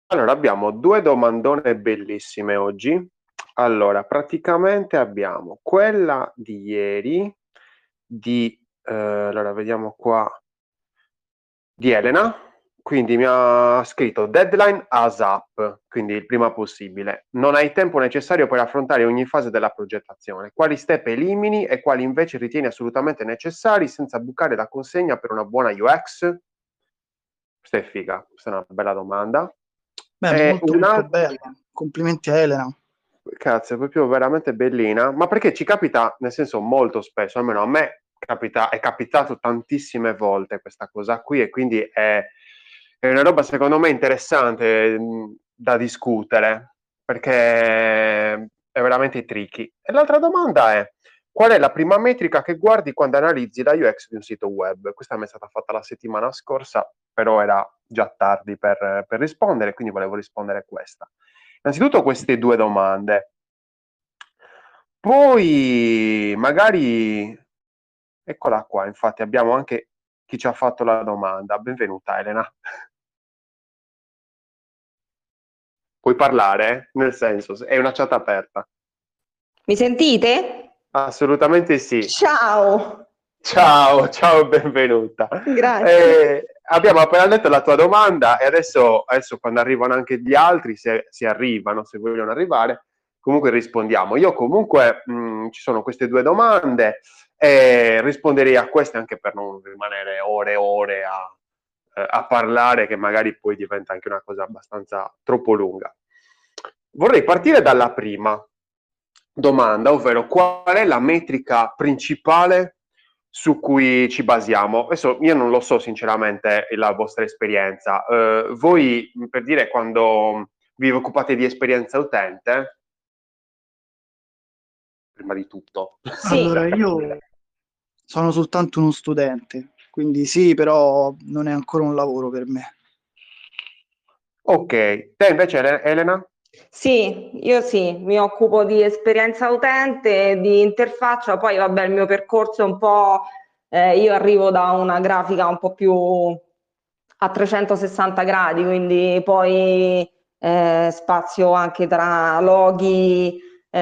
Allora, abbiamo due domandone bellissime oggi. Allora, praticamente abbiamo quella di ieri allora vediamo qua, di Elena, quindi mi ha scritto deadline ASAP, quindi il prima possibile. Non hai tempo necessario per affrontare ogni fase della progettazione. Quali step elimini e quali invece ritieni assolutamente necessari senza bucare la consegna per una buona UX? Questa è figa, questa è una bella domanda. Beh, E molto molto un'altra. bella. Complimenti a Elena. Cazzo, è proprio veramente bellina, ma perché ci capita, nel senso molto spesso, almeno a me capita, è capitato tantissime volte questa cosa qui e quindi è una roba secondo me interessante da discutere, perché è veramente tricky. E l'altra domanda è, qual è la prima metrica che guardi quando analizzi la UX di un sito web? Questa mi è stata fatta la settimana scorsa, però era già tardi per rispondere, quindi volevo rispondere a questa. Innanzitutto queste due domande. Poi magari, eccola qua, infatti abbiamo anche chi ci ha fatto la domanda. Benvenuta Elena. Puoi parlare? Nel senso, è una chat aperta. Mi sentite? Assolutamente sì. Ciao, Ciao, ciao e benvenuta. grazie. Abbiamo appena letto la tua domanda e adesso quando arrivano anche gli altri, se arrivano, se vogliono arrivare, comunque rispondiamo. Io comunque ci sono queste due domande e risponderei a queste anche per non rimanere ore e ore a parlare, che magari poi diventa anche una cosa abbastanza troppo lunga. Vorrei partire dalla prima domanda, ovvero qual è la metrica principale su cui ci basiamo? Adesso io non lo so sinceramente la vostra esperienza. Voi, per dire, quando vi occupate di esperienza utente, prima di tutto. Sì, Allora, io sono soltanto uno studente, quindi sì, però non è ancora un lavoro per me. Ok, te invece Elena? sì, io sì, mi occupo di esperienza utente, di interfaccia, poi vabbè il mio percorso è un po', io arrivo da una grafica un po' più a 360 gradi, quindi poi spazio anche tra loghi,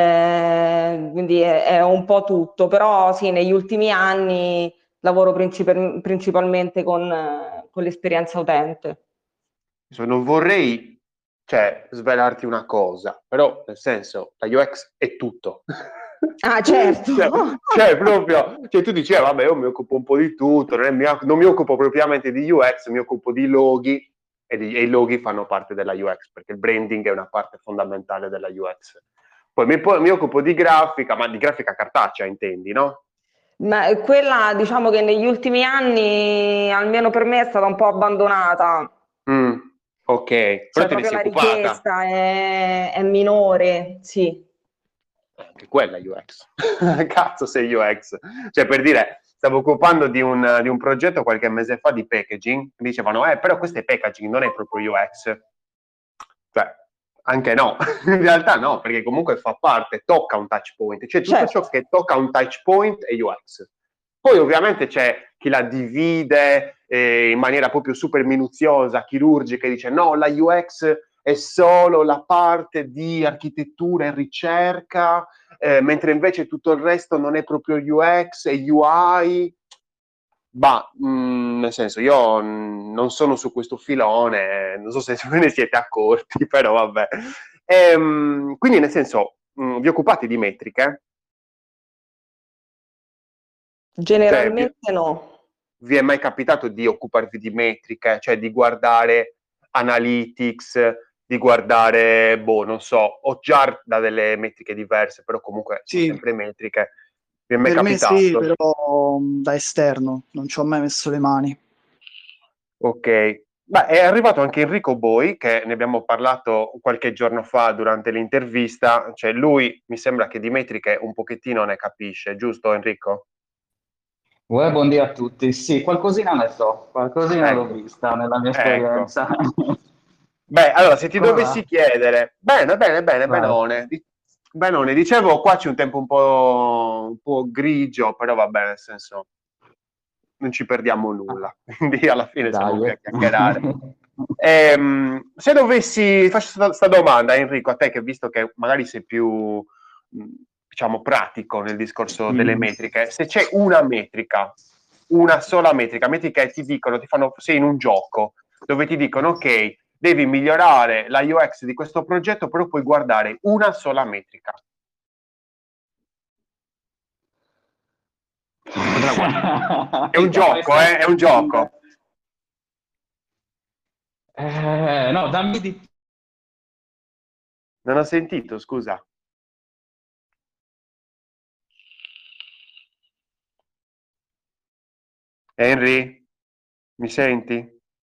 quindi è un po' tutto, però sì, negli ultimi anni lavoro principalmente con l'esperienza utente. Non vorrei, cioè, svelarti una cosa, però nel senso, la UX è tutto. Ah, certo. Proprio, cioè tu dici, vabbè, io mi occupo un po' di tutto, non mi occupo propriamente di UX, mi occupo di loghi e i loghi fanno parte della UX, perché il branding è una parte fondamentale della UX. Poi mi occupo di grafica, ma di grafica cartacea, intendi, no? Ma quella diciamo che negli ultimi anni, almeno per me, è stata un po' abbandonata, Mm, ok, però cioè te ne proprio sei la occupata. richiesta è minore, sì. Anche quella UX. Cazzo sei UX. Cioè, per dire, stavo occupando di un progetto qualche mese fa di packaging, mi dicevano, però questo è packaging, non è proprio UX. Cioè, anche no, in realtà no, perché comunque fa parte, tocca un touch point, cioè tutto ciò Certo, che tocca un touch point è UX. Poi ovviamente c'è chi la divide in maniera proprio super minuziosa, chirurgica, e dice no, la UX è solo la parte di architettura e ricerca, mentre invece tutto il resto non è proprio UX, è UI. Bah, nel senso, io non sono su questo filone, non so se ve ne siete accorti, però vabbè. Quindi, nel senso, vi occupate di metriche? Cioè, generalmente no. vi è mai capitato di occuparvi di metriche, cioè di guardare analytics, di guardare, boh, non so, o già da delle metriche diverse, però comunque sono Sì, sempre metriche. Vi è mai per me sì, capitato? però da esterno, non ci ho mai messo le mani. Ok, beh, è arrivato anche Enrico Boi, che ne abbiamo parlato qualche giorno fa durante l'intervista, cioè lui mi sembra che di metriche un pochettino ne capisce, giusto Enrico? Buondì a tutti. Sì, qualcosina ne so, qualcosina l'ho Ecco, vista nella mia ecco. esperienza. Beh, allora, se ti Come dovessi va? chiedere, bene, bene, bene, Vai. benone, benone, dicevo, qua c'è un tempo un po' grigio, però va bene, nel senso, non ci perdiamo nulla, quindi alla fine siamo Dai. qui a chiacchierare. Se dovessi, faccio questa domanda, Enrico, a te che visto che magari sei più, diciamo, pratico nel discorso delle metriche, se c'è una metrica, una sola metrica e ti dicono, sei in un gioco dove ti dicono, ok, devi migliorare la UX di questo progetto, però puoi guardare una sola metrica. È un gioco, è un gioco. No, dammi di... Non ho sentito, scusa. Henry, mi senti?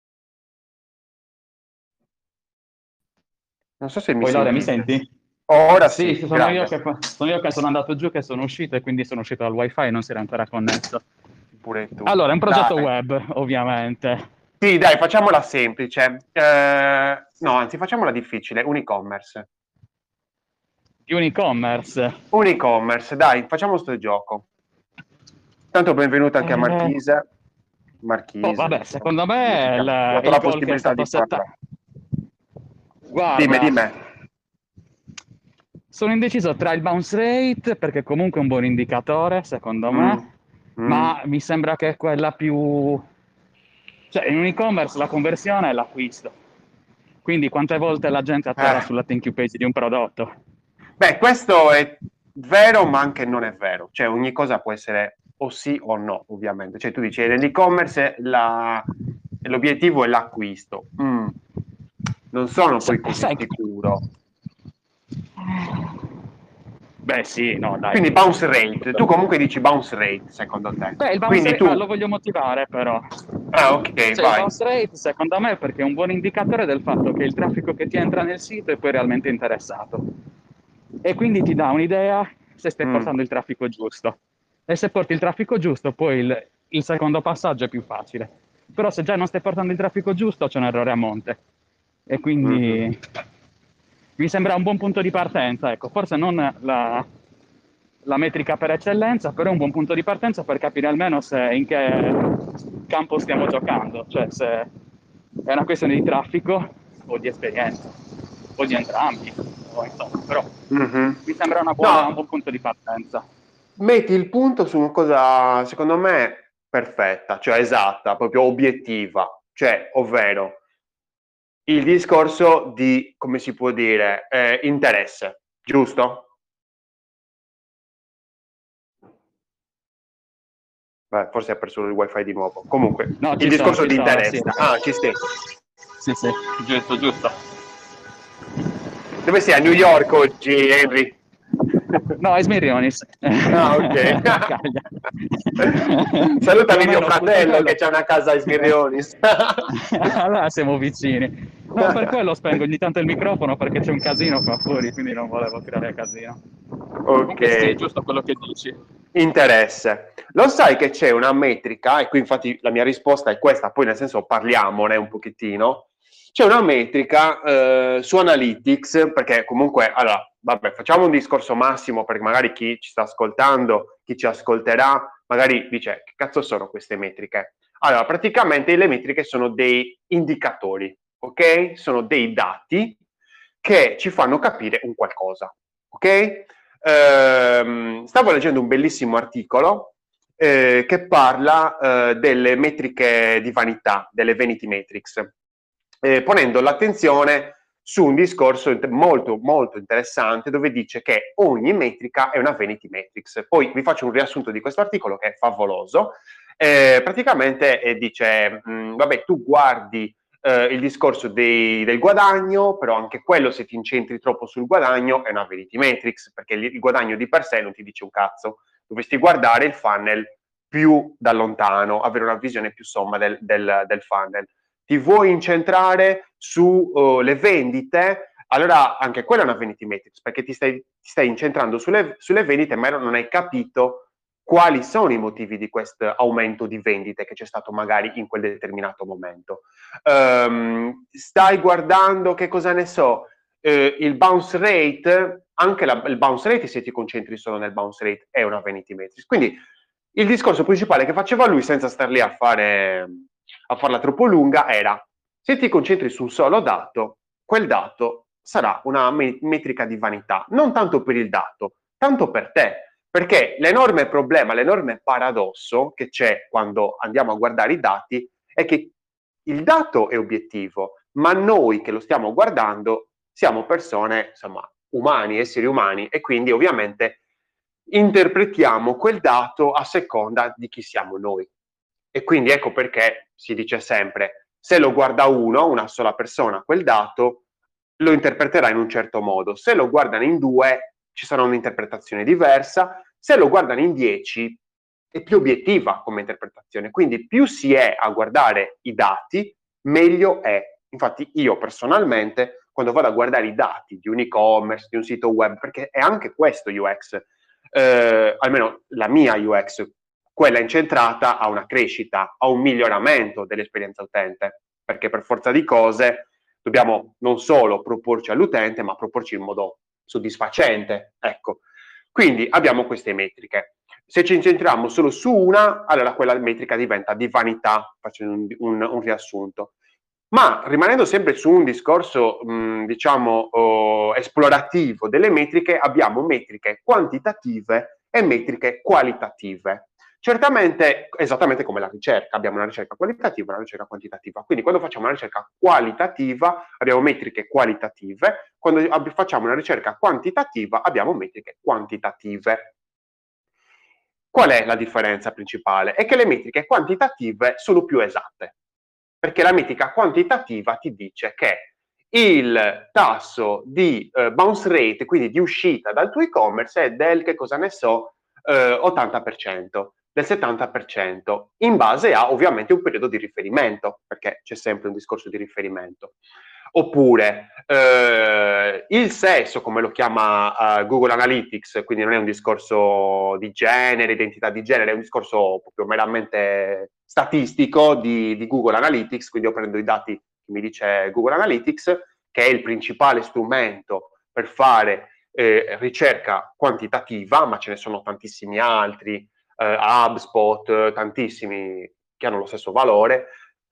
Non so se mi Poi Laura, mi sentite. senti? Ora Sì, sì, sono io grazie. che sono andato giù, che sono uscito e quindi sono uscito dal wifi e non si era ancora connesso. Pure tu. Allora, è un progetto Dai. web, ovviamente. Sì, dai, facciamola semplice. No, anzi, facciamola difficile. Un e-commerce. Di un e-commerce. Un e-commerce, dai, facciamo sto gioco. Tanto benvenuto anche a Marchise. Vabbè, Insomma, secondo me ho dato il la goal che è possibilità stato di parlare. Guarda, Dimmi. sono indeciso tra il bounce rate, perché comunque è un buon indicatore, secondo me, ma mi sembra che è quella più... Cioè, in un e-commerce la conversione è l'acquisto. Quindi quante volte la gente atterra sulla thank you page di un prodotto? Beh, questo è vero, ma anche non è vero. Cioè, ogni cosa può essere o sì o no, ovviamente. Cioè, tu dici, nell'e-commerce l'obiettivo è l'acquisto. Non sono poi così Sai... sicuro. Beh, sì, no, dai. Quindi bounce rate. Tu comunque dici bounce rate, secondo te. Beh, il bounce Quindi rate, tu... lo voglio motivare però. Ah, ok, Cioè, il vai. bounce rate, secondo me, perché è un buon indicatore del fatto che il traffico che ti entra nel sito è poi realmente interessato. E quindi ti dà un'idea se stai portando il traffico giusto. E se porti il traffico giusto, poi il secondo passaggio è più facile. Però se già non stai portando il traffico giusto, c'è un errore a monte. E quindi mi sembra un buon punto di partenza, ecco. Forse non la metrica per eccellenza, però è un buon punto di partenza per capire almeno in che campo stiamo giocando, cioè se è una questione di traffico o di esperienza, o di entrambi, o insomma, però mi sembra un buon punto di partenza. Metti il punto su una cosa, secondo me, perfetta, cioè esatta, proprio obiettiva, cioè, ovvero il discorso di, come si può dire, interesse, giusto? Beh, forse ha perso il wifi di nuovo. Comunque, No, il discorso di interesse. sì. Ah, ci stai. Sì, giusto. Dove sei? A New York oggi, Henry? No, è Smirionis. Ah, ok. Salutami mio fratello che c'ha una casa a Smirionis. Allora siamo vicini. No, per quello spengo ogni tanto il microfono perché c'è un casino qua fuori, quindi non volevo creare casino. Comunque sì, è Ok. giusto quello che dici. Interesse. Lo sai che c'è una metrica, e qui infatti la mia risposta è questa, poi nel senso parliamone un pochettino. C'è una metrica su Analytics, perché comunque, allora, vabbè, facciamo un discorso massimo, perché magari chi ci sta ascoltando, chi ci ascolterà, magari dice, che cazzo sono queste metriche? Allora, praticamente le metriche sono dei indicatori, ok? Sono dei dati che ci fanno capire un qualcosa, ok? Stavo leggendo un bellissimo articolo che parla delle metriche di vanità, delle vanity metrics, ponendo l'attenzione su un discorso molto molto interessante dove dice che ogni metrica è una vanity metrics. Poi vi faccio un riassunto di questo articolo che è favoloso. Praticamente dice, vabbè, tu guardi il discorso del guadagno, però anche quello, se ti incentri troppo sul guadagno, è una vanity metrics, perché il guadagno di per sé non ti dice un cazzo. Dovresti guardare il funnel più da lontano, avere una visione più somma del funnel. Ti vuoi incentrare sulle vendite, allora anche quella è una vanity metrics, perché ti stai incentrando sulle vendite, ma non hai capito quali sono i motivi di questo aumento di vendite che c'è stato magari in quel determinato momento. Stai guardando, che cosa ne so, il bounce rate, anche il bounce rate, se ti concentri solo nel bounce rate, è una vanity metrics. Quindi il discorso principale che faceva lui, senza star lì a farla troppo lunga, era: Se ti concentri su un solo dato, quel dato sarà una metrica di vanità, non tanto per il dato, tanto per te, perché l'enorme problema, l'enorme paradosso che c'è quando andiamo a guardare i dati è che il dato è obiettivo, ma noi che lo stiamo guardando siamo persone, insomma, umani, esseri umani, e quindi ovviamente interpretiamo quel dato a seconda di chi siamo noi. E quindi ecco perché si dice sempre, se lo guarda uno, una sola persona, quel dato, lo interpreterà in un certo modo. Se lo guardano in due, ci sarà un'interpretazione diversa. Se lo guardano in 10, è più obiettiva come interpretazione. Quindi più si è a guardare i dati, meglio è. Infatti io personalmente, quando vado a guardare i dati di un e-commerce, di un sito web, perché è anche questo UX, almeno la mia UX, quella incentrata a una crescita, a un miglioramento dell'esperienza utente, perché per forza di cose dobbiamo non solo proporci all'utente, ma proporci in modo soddisfacente. Ecco, quindi abbiamo queste metriche. Se ci incentriamo solo su una, allora quella metrica diventa di vanità, facendo un riassunto. Ma rimanendo sempre su un discorso, diciamo, esplorativo delle metriche, abbiamo metriche quantitative e metriche qualitative. Certamente, esattamente come la ricerca, abbiamo una ricerca qualitativa e una ricerca quantitativa. Quindi quando facciamo una ricerca qualitativa abbiamo metriche qualitative, quando facciamo una ricerca quantitativa abbiamo metriche quantitative. Qual è la differenza principale? È che le metriche quantitative sono più esatte, perché la metrica quantitativa ti dice che il tasso di bounce rate, quindi di uscita dal tuo e-commerce, è del, che cosa ne so, 80%, del 70%, in base a ovviamente un periodo di riferimento, perché c'è sempre un discorso di riferimento. Oppure il sesso, come lo chiama Google Analytics, quindi non è un discorso di genere, identità di genere, è un discorso proprio meramente statistico di Google Analytics, quindi io prendo i dati che mi dice Google Analytics, che è il principale strumento per fare ricerca quantitativa, ma ce ne sono tantissimi altri, HubSpot, tantissimi che hanno lo stesso valore.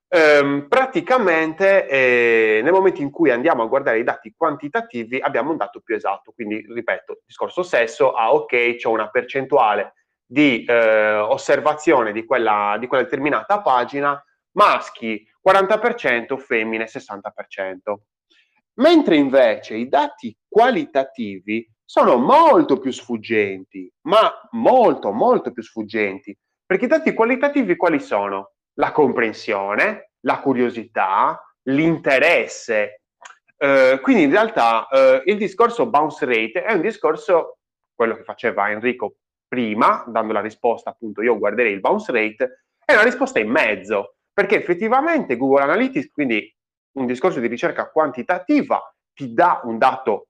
Praticamente nel momento in cui andiamo a guardare i dati quantitativi abbiamo un dato più esatto, quindi ripeto, discorso sesso, ok, c'ho una percentuale di osservazione di quella determinata pagina, maschi 40%, femmine 60%. Mentre invece i dati qualitativi sono molto più sfuggenti, ma molto, molto più sfuggenti, perché i dati qualitativi quali sono? La comprensione, la curiosità, l'interesse. Quindi in realtà il discorso bounce rate è un discorso, quello che faceva Enrico prima, dando la risposta appunto io guarderei il bounce rate, è una risposta in mezzo, perché effettivamente Google Analytics, quindi un discorso di ricerca quantitativa, ti dà un dato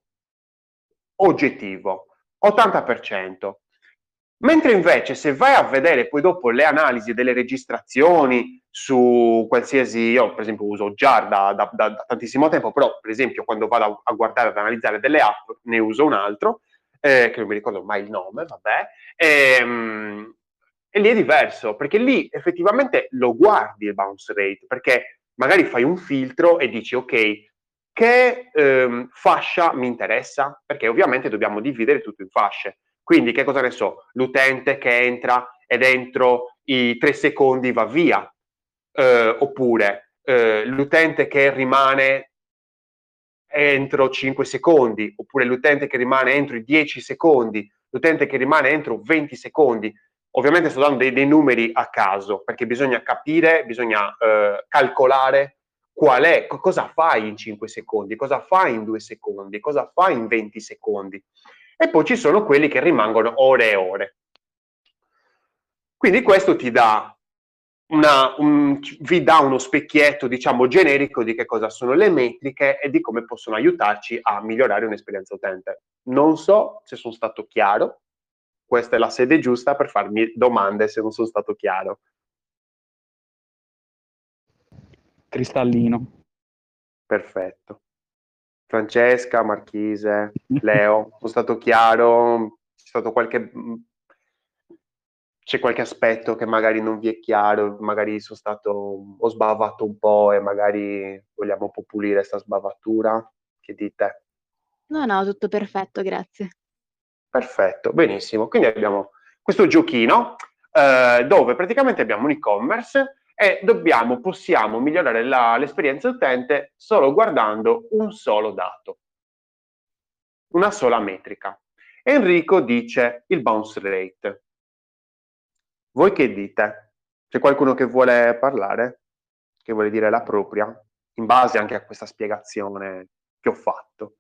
oggettivo, 80%. Mentre invece se vai a vedere poi dopo le analisi delle registrazioni su qualsiasi, io per esempio uso Jar da tantissimo tempo, però per esempio quando vado a guardare, ad analizzare delle app, ne uso un altro, che non mi ricordo mai il nome, vabbè, e lì è diverso, perché lì effettivamente lo guardi il bounce rate, perché magari fai un filtro e dici ok, che fascia mi interessa? Perché ovviamente dobbiamo dividere tutto in fasce. Quindi che cosa ne so, l'utente che entra e dentro i 3 secondi va via, oppure l'utente che rimane entro 5 secondi, oppure l'utente che rimane entro i 10 secondi, l'utente che rimane entro 20 secondi. Ovviamente sto dando dei numeri a caso, perché bisogna capire, bisogna calcolare qual è, cosa fai in 5 secondi, cosa fai in 2 secondi, cosa fai in 20 secondi. E poi ci sono quelli che rimangono ore e ore. Quindi questo ti dà vi dà uno specchietto, diciamo, generico di che cosa sono le metriche e di come possono aiutarci a migliorare un'esperienza utente. Non so se sono stato chiaro, questa è la sede giusta per farmi domande se non sono stato chiaro. Cristallino. Perfetto. Francesca, Marchise, Leo, sono stato chiaro? C'è stato qualche c'è qualche aspetto che magari non vi è chiaro, magari ho sbavato un po' e magari vogliamo un po' pulire questa sbavatura? Che dite? No, no, tutto perfetto, grazie. Perfetto, benissimo. Quindi abbiamo questo giochino dove praticamente abbiamo un e-commerce e possiamo migliorare l'esperienza utente solo guardando un solo dato, una sola metrica. Enrico dice il bounce rate. Voi che dite? C'è qualcuno che vuole parlare? Che vuole dire la propria? In base anche a questa spiegazione che ho fatto.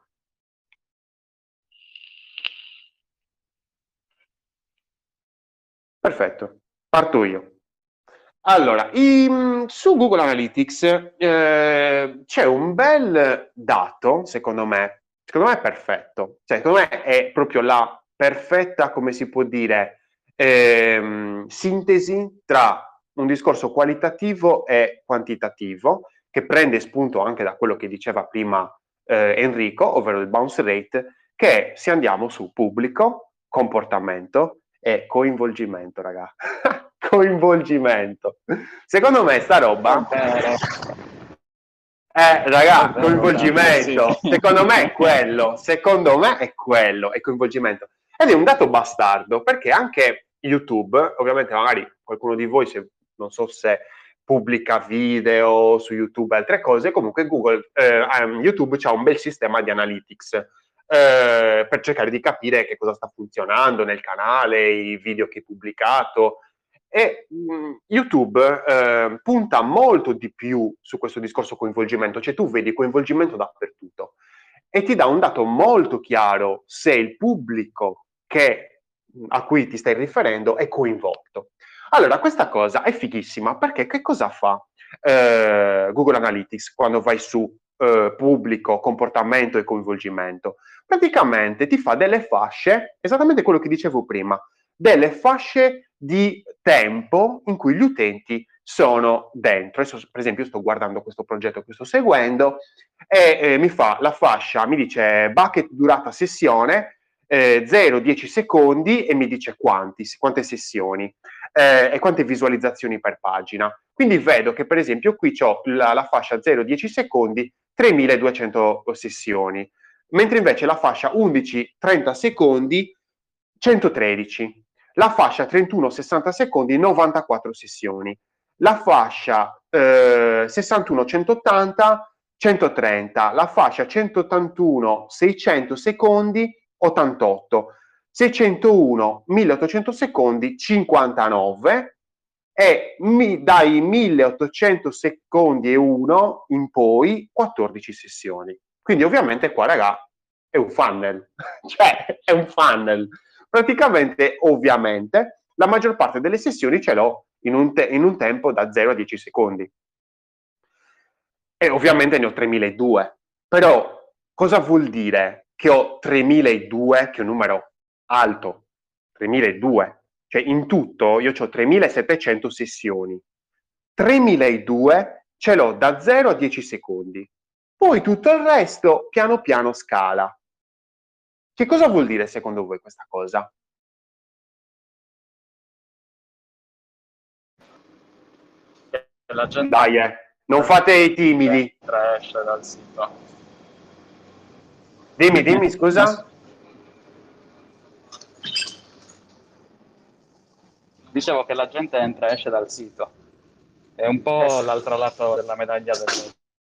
Perfetto, parto io. Allora, su Google Analytics c'è un bel dato, secondo me è perfetto, cioè secondo me è proprio la perfetta, come si può dire, sintesi tra un discorso qualitativo e quantitativo, che prende spunto anche da quello che diceva prima Enrico, ovvero il bounce rate, che se andiamo su pubblico, comportamento e coinvolgimento, raga. Coinvolgimento. Secondo me sta roba... raga, coinvolgimento. Sì. Secondo me è quello. È coinvolgimento. Ed è un dato bastardo, perché anche YouTube, ovviamente magari qualcuno di voi, non so se pubblica video su YouTube e altre cose, comunque YouTube c'ha un bel sistema di analytics per cercare di capire che cosa sta funzionando nel canale, i video che hai pubblicato. E YouTube punta molto di più su questo discorso coinvolgimento, cioè tu vedi coinvolgimento dappertutto e ti dà un dato molto chiaro se il pubblico a cui ti stai riferendo è coinvolto. Allora, questa cosa è fighissima perché che cosa fa Google Analytics quando vai su pubblico, comportamento e coinvolgimento? Praticamente ti fa delle fasce, esattamente quello che dicevo prima, delle fasce di tempo in cui gli utenti sono dentro. Adesso, per esempio, sto guardando questo progetto che sto seguendo e mi fa la fascia, mi dice bucket durata sessione 0-10 secondi e mi dice quante sessioni e quante visualizzazioni per pagina. Quindi vedo che per esempio qui ho la fascia 0-10 secondi 3200 sessioni, mentre invece la fascia 11-30 secondi 113, la fascia 31-60 secondi 94 sessioni, la fascia 61-180 130, la fascia 181-600 secondi 88, 601 1800 secondi 59 e dai 1800 secondi e 1 in poi 14 sessioni. Quindi ovviamente qua, raga, è un funnel, cioè è un funnel. Praticamente, ovviamente, la maggior parte delle sessioni ce l'ho in un tempo da 0 a 10 secondi. E ovviamente ne ho 3002. Però cosa vuol dire che ho 3002, che è un numero alto? 3002. Cioè in tutto io ho 3700 sessioni. 3002 ce l'ho da 0 a 10 secondi. Poi tutto il resto piano piano scala. Che cosa vuol dire secondo voi questa cosa? La gente Dai, non fate i timidi. esce dal sito. Dimmi, scusa. Dicevo che la gente entra e esce dal sito. È un po' l'altro lato della medaglia del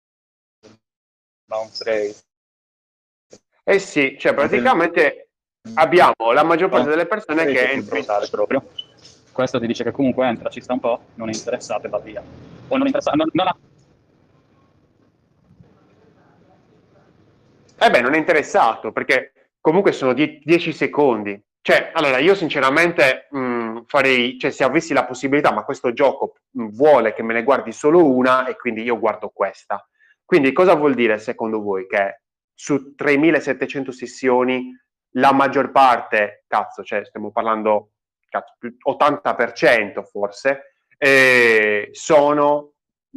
bounce rate. Eh sì, cioè praticamente abbiamo la maggior parte delle persone che entrano. Proprio. Questo ti dice che comunque entra, ci sta un po', non è interessato e va via. O non è interessato, non ha... Non è interessato, perché comunque sono 10 secondi. Cioè, allora, io sinceramente farei, cioè se avessi la possibilità, ma questo gioco vuole che me ne guardi solo una e quindi io guardo questa. Quindi cosa vuol dire secondo voi? Che su 3700 sessioni la maggior parte, cazzo, cioè stiamo parlando 80% forse, sono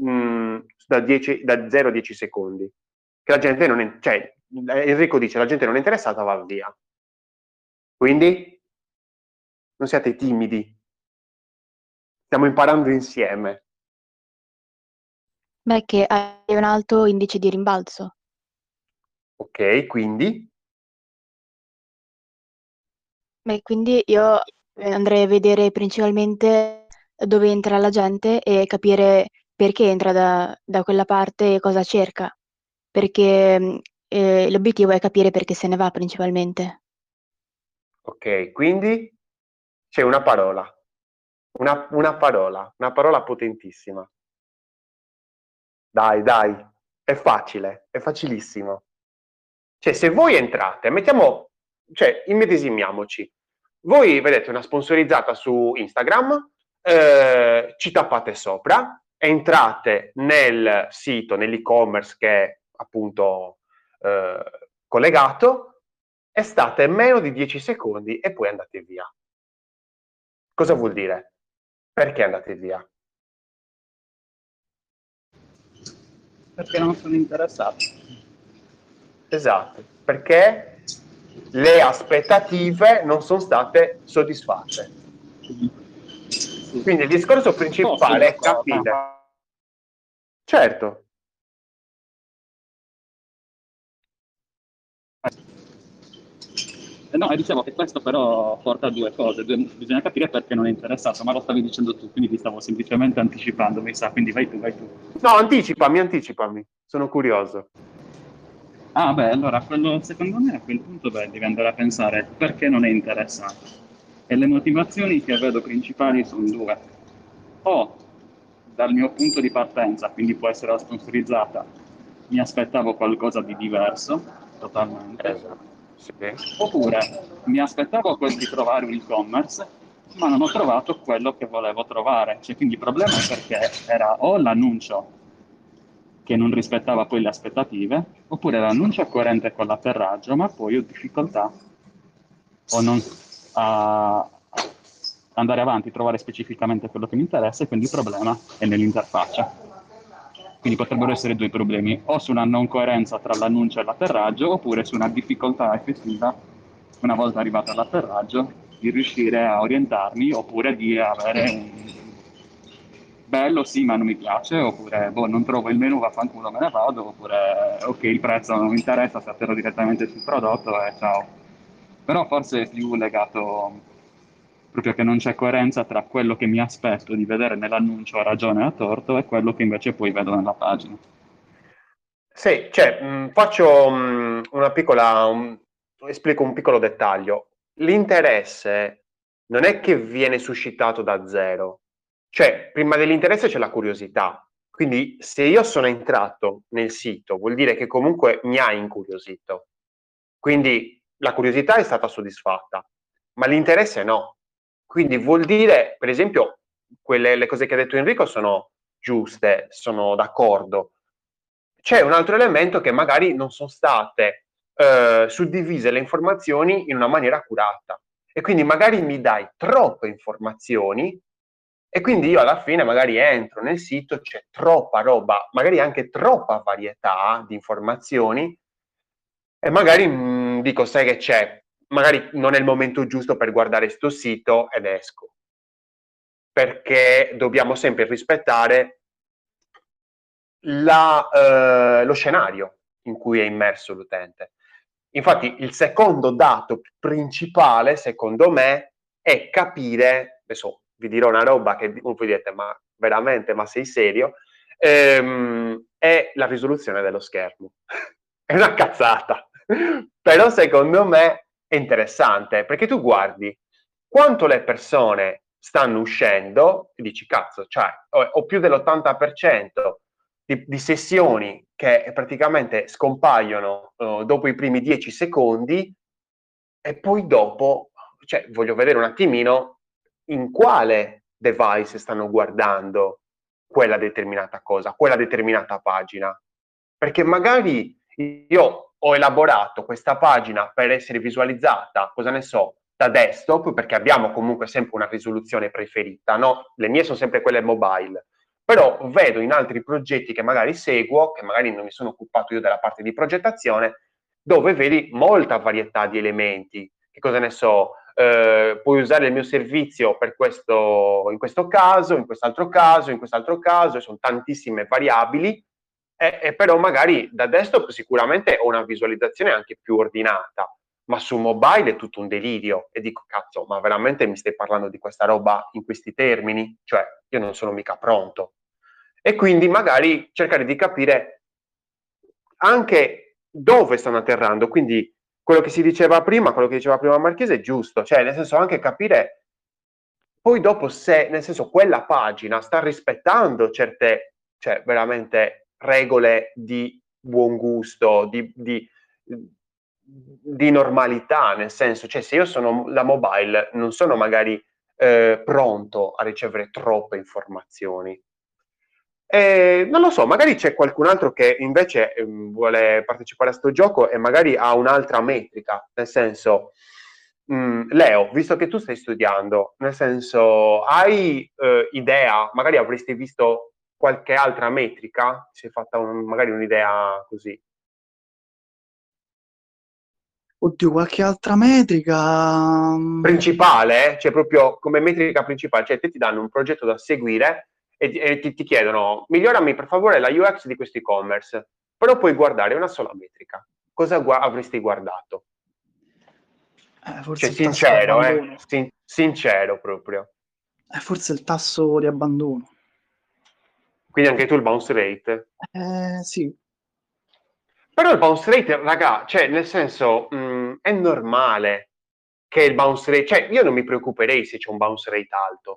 da 0 a 10 secondi. Che la gente non è, cioè, Enrico dice la gente non è interessata, va via. Quindi non siate timidi. stiamo imparando insieme. Beh, che hai un alto indice di rimbalzo. Ok, quindi? Beh, quindi io andrei a vedere principalmente dove entra la gente e capire perché entra da quella parte e cosa cerca. Perché l'obiettivo è capire perché se ne va principalmente. Ok, quindi c'è una parola, una parola potentissima. Dai, è facile, è facilissimo. Cioè, se voi entrate, immedesimiamoci. Voi vedete una sponsorizzata su Instagram, ci tappate sopra, entrate nel sito, nell'e-commerce che è appunto collegato, e state meno di 10 secondi e poi andate via. Cosa vuol dire? Perché andate via? Perché non sono interessato. Esatto, perché le aspettative non sono state soddisfatte. Quindi il discorso principale è capire. Certo, No, e dicevo che questo però porta a due cose. Bisogna capire perché non è interessato, ma lo stavi dicendo tu, quindi ti stavo semplicemente anticipando, mi sa, quindi vai tu, vai tu. no, anticipami, sono curioso. Ah, beh, allora, secondo me a quel punto devi andare a pensare perché non è interessato. E le motivazioni che vedo principali sono due. O dal mio punto di partenza, quindi può essere la sponsorizzata, mi aspettavo qualcosa di diverso, totalmente. Esatto, sì. Oppure mi aspettavo di trovare un e-commerce, ma non ho trovato quello che volevo trovare. Cioè, quindi il problema è perché era o l'annuncio che non rispettava poi le aspettative, oppure l'annuncio coerente con l'atterraggio, ma poi ho difficoltà o non a andare avanti, trovare specificamente quello che mi interessa, e quindi il problema è nell'interfaccia. Quindi potrebbero essere due problemi, o su una non coerenza tra l'annuncio e l'atterraggio, oppure su una difficoltà effettiva, una volta arrivato all'atterraggio, di riuscire a orientarmi, oppure di avere un bello sì ma non mi piace, oppure boh, non trovo il menu, vaffanculo, me ne vado, oppure ok, il prezzo non mi interessa, si atterro direttamente sul prodotto e ciao. Però forse è più legato proprio che non c'è coerenza tra quello che mi aspetto di vedere nell'annuncio a ragione e a torto e quello che invece poi vedo nella pagina. Sì, cioè, faccio una piccola, esplico un piccolo dettaglio. L'interesse non è che viene suscitato da zero, cioè, prima dell'interesse c'è la curiosità. Quindi, se io sono entrato nel sito, vuol dire che comunque mi ha incuriosito. Quindi la curiosità è stata soddisfatta, ma l'interesse no. Quindi vuol dire, per esempio, le cose che ha detto Enrico sono giuste, sono d'accordo. C'è un altro elemento che magari non sono state suddivise le informazioni in una maniera accurata, e quindi magari mi dai troppe informazioni e quindi io alla fine magari entro nel sito, c'è troppa roba, magari anche troppa varietà di informazioni, e magari dico, sai che c'è, magari non è il momento giusto per guardare sto sito ed esco, perché dobbiamo sempre rispettare lo scenario in cui è immerso l'utente. Infatti il secondo dato principale, secondo me, è capire, adesso vi dirò una roba che voi direte, ma veramente, ma sei serio? È la risoluzione dello schermo. È una cazzata, però secondo me è interessante, perché tu guardi quanto le persone stanno uscendo e dici, cazzo, cioè, ho più dell'80% di sessioni che praticamente scompaiono dopo i primi 10 secondi, e poi dopo, cioè, voglio vedere un attimino in quale device stanno guardando quella determinata cosa, quella determinata pagina. Perché magari io ho elaborato questa pagina per essere visualizzata, cosa ne so, da desktop, perché abbiamo comunque sempre una risoluzione preferita, no? Le mie sono sempre quelle mobile. Però vedo in altri progetti che magari seguo, che magari non mi sono occupato io della parte di progettazione, dove vedi molta varietà di elementi, che cosa ne so, puoi usare il mio servizio per questo, in questo caso, in quest'altro caso, in quest'altro caso, e sono tantissime variabili, e però magari da desktop sicuramente ho una visualizzazione anche più ordinata, ma su mobile è tutto un delirio, e dico, cazzo, ma veramente mi stai parlando di questa roba in questi termini? Cioè, io non sono mica pronto. E quindi magari cercare di capire anche dove stanno atterrando, quindi quello che si diceva prima, quello che diceva prima Marchese è giusto, cioè nel senso anche capire poi dopo se, nel senso, quella pagina sta rispettando certe, cioè veramente regole di buon gusto, di normalità, nel senso, cioè se io sono la mobile non sono magari pronto a ricevere troppe informazioni. Non lo so, magari c'è qualcun altro che invece vuole partecipare a sto gioco e magari ha un'altra metrica, nel senso, Leo, visto che tu stai studiando, nel senso, hai idea, magari avresti visto qualche altra metrica? Si è fatta magari un'idea così. Oddio, qualche altra metrica? Principale, cioè proprio come metrica principale, cioè te ti danno un progetto da seguire e ti chiedono migliorami per favore la UX di questo e-commerce, però puoi guardare una sola metrica. Cosa avresti guardato? Forse Cioè il tasso di sincero, abbandono. sincero proprio. Forse il tasso di abbandono. Quindi anche tu il bounce rate? Sì. Però il bounce rate, raga, cioè nel senso, è normale che il bounce rate, cioè io non mi preoccuperei se c'è un bounce rate alto.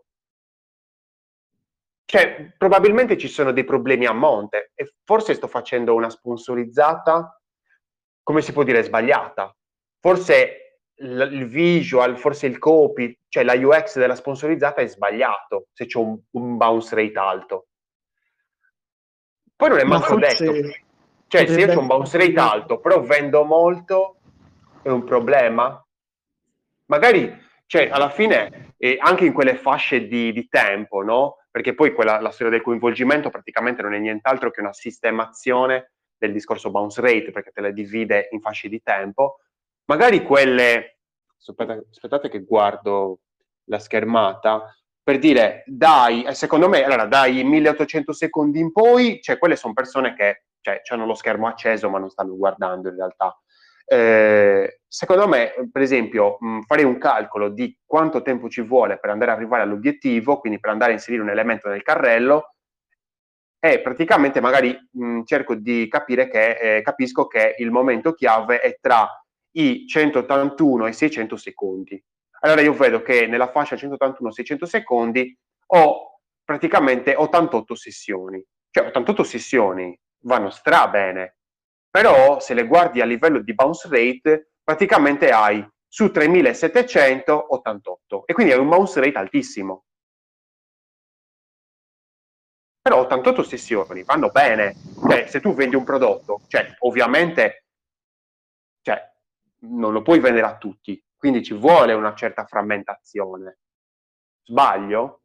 Cioè, probabilmente ci sono dei problemi a monte e forse sto facendo una sponsorizzata, come si può dire, sbagliata. Forse il visual, forse il copy, cioè la UX della sponsorizzata è sbagliato se c'è un bounce rate alto. Poi non è Ma manco detto. forse Cioè, se io potrebbe ho un bounce rate essere... alto, però vendo molto, è un problema? Magari, cioè, alla fine, anche in quelle fasce di tempo, no? Perché poi la storia del coinvolgimento praticamente non è nient'altro che una sistemazione del discorso bounce rate, perché te le divide in fasce di tempo. Magari quelle... Aspettate che guardo la schermata, per dire, secondo me, allora, dai 1800 secondi in poi, cioè, quelle sono persone che, cioè, hanno lo schermo acceso ma non stanno guardando in realtà. Secondo me, per esempio, farei un calcolo di quanto tempo ci vuole per andare ad arrivare all'obiettivo, quindi per andare a inserire un elemento nel carrello, e praticamente magari cerco di capire che capisco che il momento chiave è tra i 181 e i 600 secondi. Allora io vedo che nella fascia 181-600 secondi ho praticamente 88 sessioni. Cioè 88 sessioni vanno stra bene, però se le guardi a livello di bounce rate praticamente hai su 3788 e quindi hai un bounce rate altissimo. Però 88 sessioni vanno bene, cioè se tu vendi un prodotto, cioè ovviamente cioè, non lo puoi vendere a tutti, quindi ci vuole una certa frammentazione. Sbaglio?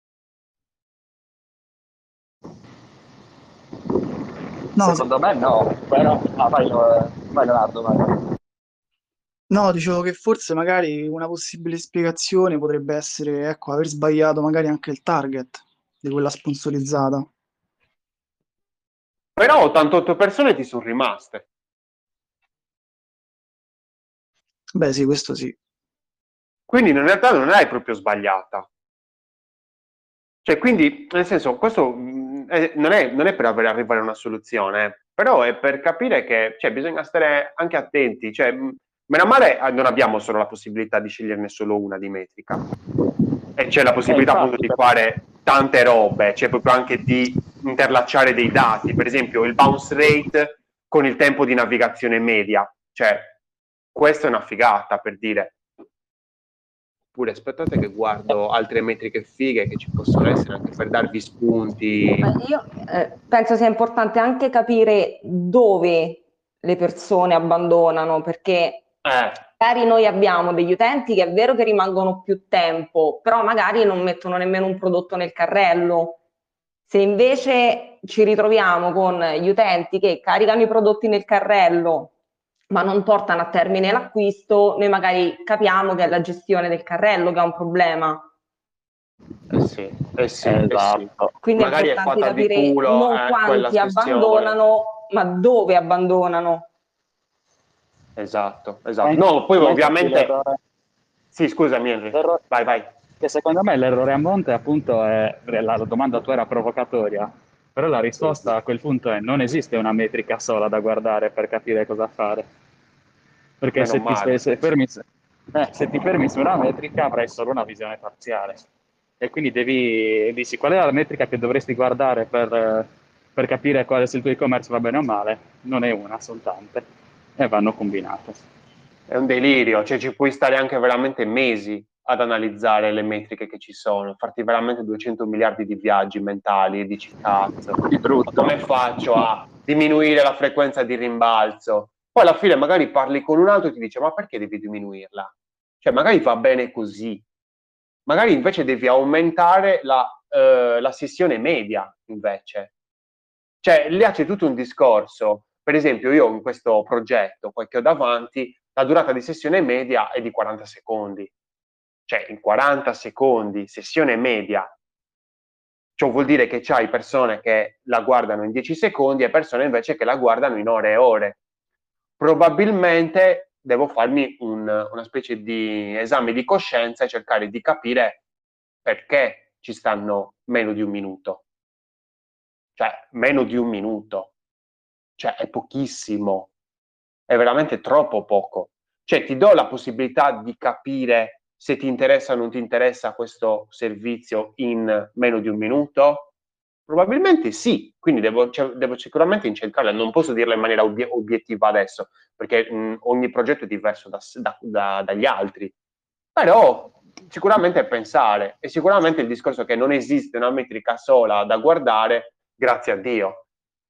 No, Secondo me no, però vai Leonardo, vai. no, dicevo che forse magari una possibile spiegazione potrebbe essere, ecco, aver sbagliato magari anche il target di quella sponsorizzata. Però 88 persone ti sono rimaste. Beh, sì, questo sì. Quindi in realtà non l'hai proprio sbagliata. Cioè, quindi, nel senso, questo non è per arrivare a una soluzione, però è per capire che cioè, bisogna stare anche attenti. Cioè, meno male non abbiamo solo la possibilità di sceglierne solo una di metrica. E c'è la possibilità appunto Infatti, di fare tante robe, c'è proprio anche di interlacciare dei dati, per esempio il bounce rate con il tempo di navigazione media. Cioè, questa è una figata, per dire. Oppure aspettate che guardo altre metriche fighe che ci possono essere anche per darvi spunti. Io penso sia importante anche capire dove le persone abbandonano, perché magari noi abbiamo degli utenti che è vero che rimangono più tempo, però magari non mettono nemmeno un prodotto nel carrello. Se invece ci ritroviamo con gli utenti che caricano i prodotti nel carrello, ma non portano a termine l'acquisto, noi magari capiamo che è la gestione del carrello che è un problema. Sì, sì. Esatto. Quindi Magari è è importante fatta di capire culo, non quella quanti sessione. abbandonano, ma dove abbandonano. Esatto. Ma No, poi infatti ovviamente... Sì, scusami Henry, l'errore- vai. che secondo me l'errore a monte appunto è, la domanda tua era provocatoria, però la risposta a quel punto è non esiste una metrica sola da guardare per capire cosa fare. Perché Meno se male. se ti fermi su una metrica avrai solo una visione parziale. E quindi dici qual è la metrica che dovresti guardare per capire quale se il tuo e-commerce va bene o male? Non è una, sono tante. E vanno combinate. È un delirio, cioè ci puoi stare anche veramente mesi ad analizzare le metriche che ci sono, farti veramente 200 miliardi di viaggi mentali e dici cazzo, Di ma brutto. come faccio a diminuire la frequenza di rimbalzo? Poi alla fine magari parli con un altro e ti dice ma perché devi diminuirla? Cioè magari va bene così, magari invece devi aumentare la sessione media invece. Cioè lì c'è tutto un discorso, per esempio io in questo progetto, poi che ho davanti, la durata di sessione media è di 40 secondi. Cioè in 40 secondi, sessione media, ciò vuol dire che c'hai persone che la guardano in 10 secondi e persone invece che la guardano in ore e ore. Probabilmente devo farmi una specie di esame di coscienza e cercare di capire perché ci stanno meno di un minuto. Cioè, meno di un minuto. Cioè, è pochissimo. È veramente troppo poco. Cioè, ti do la possibilità di capire se ti interessa o non ti interessa questo servizio in meno di un minuto? Probabilmente sì, quindi devo sicuramente incentrarla, non posso dirla in maniera obiettiva adesso, perché ogni progetto è diverso dagli altri, però sicuramente pensare, e sicuramente il discorso che non esiste una metrica sola da guardare, grazie a Dio.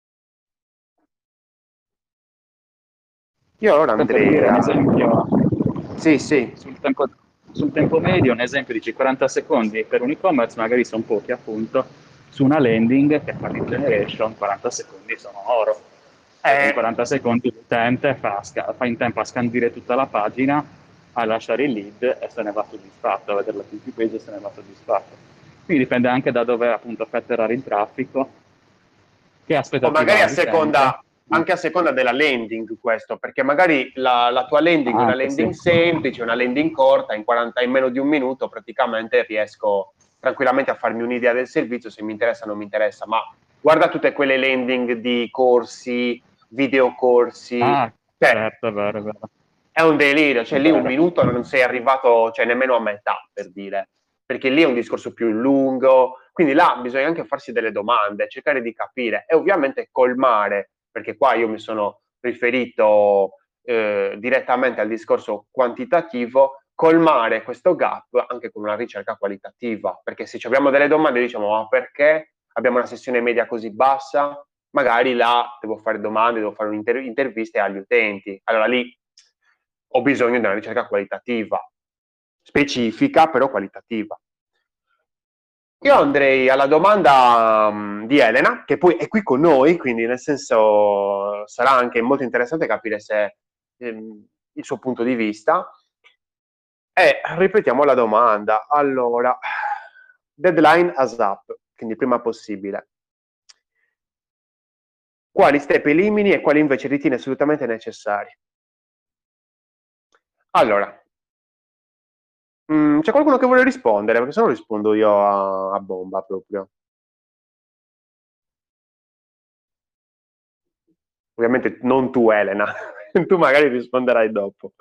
Io allora Per dire un Andrea, esempio, sì, sul tempo medio, un esempio dici 40 secondi per un e-commerce magari sono pochi appunto, su una landing che fa lead generation 40 secondi sono oro, perché in 40 secondi l'utente fa in tempo a scandire tutta la pagina, a lasciare il lead e se ne va soddisfatto, a vedere la thank you page e se ne va soddisfatto. Quindi dipende anche da dove appunto fa atterrare il traffico, che o aspettativa magari ha l'utente. anche a seconda della landing questo, perché magari la tua landing è una Anche landing sì. semplice, una landing corta, in meno di un minuto praticamente riesco tranquillamente a farmi un'idea del servizio, se mi interessa o non mi interessa, ma guarda tutte quelle landing di corsi, videocorsi, cioè Certo, è vero, è vero. è un delirio, cioè lì un Vero. minuto non sei arrivato, cioè nemmeno a metà, per dire, perché lì è un discorso più lungo, quindi là bisogna anche farsi delle domande, cercare di capire e ovviamente colmare, perché qua io mi sono riferito direttamente al discorso quantitativo, colmare questo gap anche con una ricerca qualitativa, perché se abbiamo delle domande diciamo ma perché abbiamo una sessione media così bassa? Magari là devo fare domande, devo fare interviste agli utenti. Allora lì ho bisogno di una ricerca qualitativa, specifica però qualitativa. Io andrei alla domanda di Elena, che poi è qui con noi, quindi nel senso sarà anche molto interessante capire se il suo punto di vista. E ripetiamo la domanda. Allora, deadline ASAP, quindi prima possibile. Quali step elimini e quali invece ritieni assolutamente necessari? Allora, c'è qualcuno che vuole rispondere? Perché se no rispondo io a bomba proprio. Ovviamente non tu, Elena. Tu magari risponderai dopo.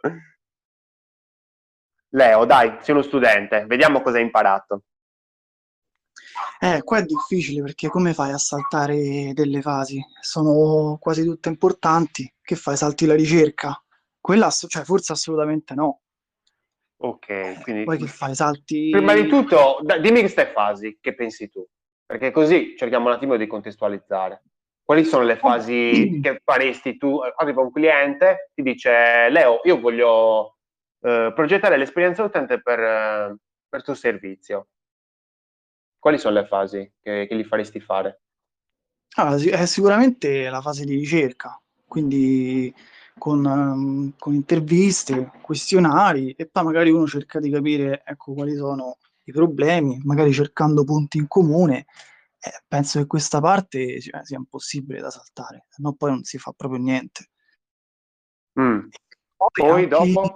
Leo, dai, sei uno studente. Vediamo cosa hai imparato. Qua è difficile perché come fai a saltare delle fasi? Sono quasi tutte importanti. Che fai? Salti la ricerca? Quella, cioè, forse assolutamente no. Ok, quindi Poi che fai? prima di Salti... tutto, dimmi queste fasi, che pensi tu? Perché così cerchiamo un attimo di contestualizzare. Quali sono le fasi che faresti tu? Arriva un cliente, ti dice, Leo, io voglio progettare l'esperienza utente per il tuo servizio. Quali sono le fasi che gli faresti fare? È sicuramente la fase di ricerca, quindi con interviste, questionari, e poi magari uno cerca di capire, ecco, quali sono i problemi, magari cercando punti in comune. Penso che questa parte sia impossibile da saltare, se no poi non si fa proprio niente. Mm. Poi Poi anche dopo?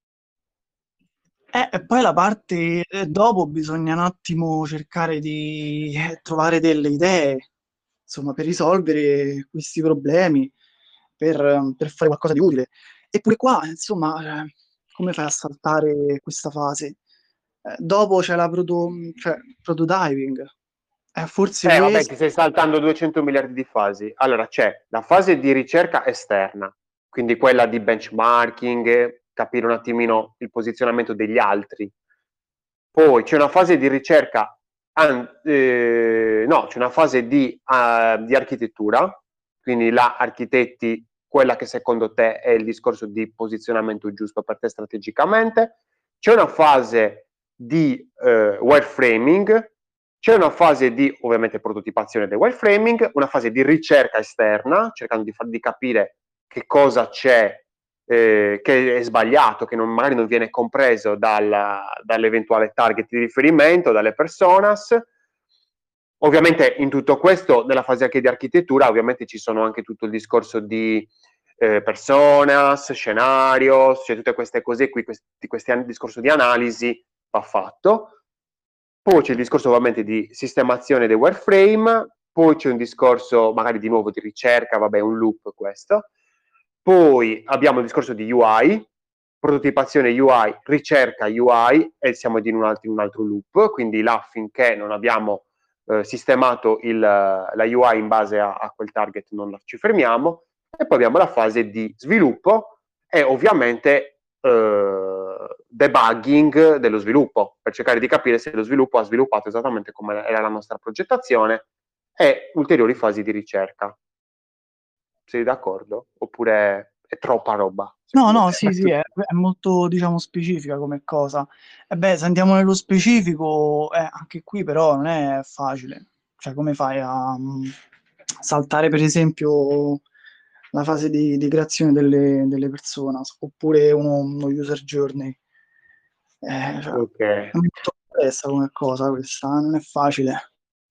e poi la parte dopo bisogna un attimo cercare di trovare delle idee, insomma, per risolvere questi problemi, per fare qualcosa di utile. Eppure qua, insomma, come fai a saltare questa fase? Dopo c'è cioè, prototyping. Forse Vabbè, ti questo. stai saltando 200 miliardi di fasi. Allora, c'è la fase di ricerca esterna, quindi quella di benchmarking, capire un attimino il posizionamento degli altri. Poi c'è una fase di ricerca, no, c'è una fase di architettura, quindi là architetti quella che secondo te è il discorso di posizionamento giusto per te strategicamente. C'è una fase di wireframing, c'è una fase di ovviamente prototipazione del wireframing, una fase di ricerca esterna, cercando di capire che cosa c'è che è sbagliato, che magari non viene compreso dall'eventuale target di riferimento, dalle personas. Ovviamente in tutto questo, nella fase anche di architettura, ovviamente ci sono anche tutto il discorso di personas, scenarios, cioè tutte queste cose qui, questi discorso di analisi va fatto. Poi c'è il discorso ovviamente di sistemazione dei wireframe, poi c'è un discorso magari di nuovo di ricerca, vabbè, un loop questo. Poi abbiamo il discorso di UI, prototipazione UI, ricerca UI, e siamo in un altro loop, quindi là finché non abbiamo sistemato la UI in base a quel target non ci fermiamo, e poi abbiamo la fase di sviluppo e ovviamente debugging dello sviluppo, per cercare di capire se lo sviluppo ha sviluppato esattamente come era la nostra progettazione, e ulteriori fasi di ricerca. Sei d'accordo? Oppure è troppa roba, No, secondo no, te? sì, sì, è molto, diciamo, specifica come cosa. E beh, se andiamo nello specifico, anche qui però non è facile. Cioè, come fai a saltare, per esempio, la fase di creazione delle persone, oppure uno user journey? Cioè, Ok. è molto complessa come cosa questa, non è facile.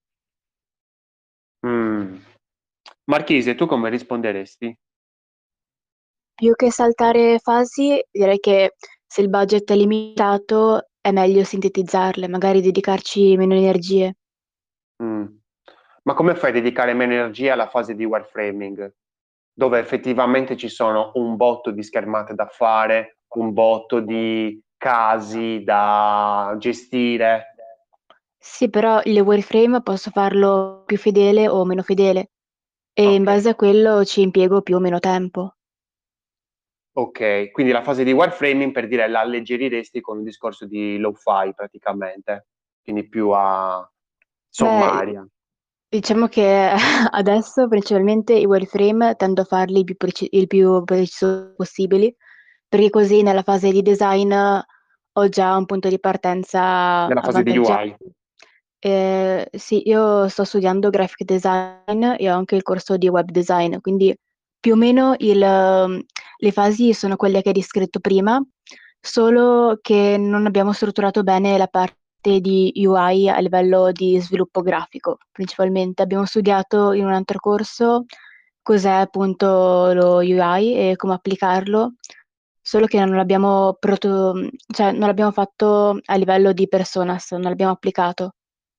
Mm. Marchese, tu come risponderesti? Più che saltare fasi, direi che se il budget è limitato è meglio sintetizzarle, magari dedicarci meno energie. Mm. Ma come fai a dedicare meno energia alla fase di wireframing, dove effettivamente ci sono un botto di schermate da fare, un botto di casi da gestire? Sì, però il wireframe posso farlo più fedele o meno fedele e in Ok. base a quello ci impiego più o meno tempo. Ok, quindi la fase di wireframing per dire la alleggeriresti con un discorso di lo-fi praticamente, quindi più a Beh, sommaria. diciamo che adesso principalmente i wireframe tendo a farli il più preciso possibili, perché così nella fase di design ho già un punto di partenza Nella fase di avvantaggiato. UI. Sì, io sto studiando graphic design e ho anche il corso di web design, quindi più o meno le fasi sono quelle che hai descritto prima, solo che non abbiamo strutturato bene la parte di UI a livello di sviluppo grafico, principalmente. Abbiamo studiato in un altro corso cos'è appunto lo UI e come applicarlo, solo che non l'abbiamo cioè non l'abbiamo fatto a livello di personas, non l'abbiamo applicato.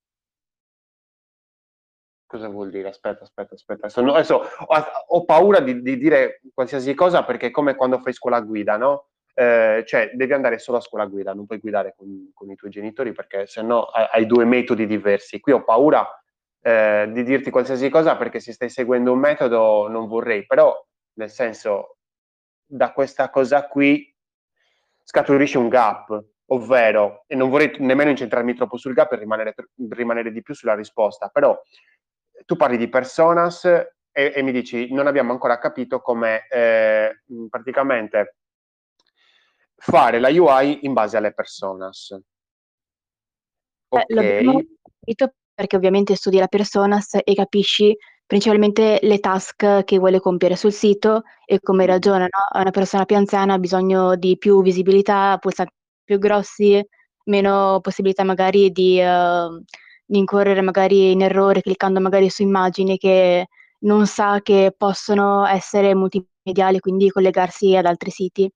Cosa vuol dire? Aspetta. Adesso ho paura di dire qualsiasi cosa, perché è come quando fai scuola guida, no? Cioè, devi andare solo a scuola guida, non puoi guidare con i tuoi genitori, perché sennò hai due metodi diversi. Qui ho paura di dirti qualsiasi cosa, perché se stai seguendo un metodo non vorrei, però nel senso, da questa cosa qui scaturisce un gap, ovvero, e non vorrei nemmeno incentrarmi troppo sul gap per rimanere di più sulla risposta, però tu parli di personas e mi dici non abbiamo ancora capito come praticamente fare la UI in base alle personas. Ok, Lo abbiamo capito perché ovviamente studi la personas e capisci principalmente le task che vuole compiere sul sito e come ragiona, no? Una persona più anziana ha bisogno di più visibilità, pulsanti più grossi, meno possibilità magari di incorrere magari in errore cliccando magari su immagini che non sa che possono essere multimediali, quindi collegarsi ad altri siti.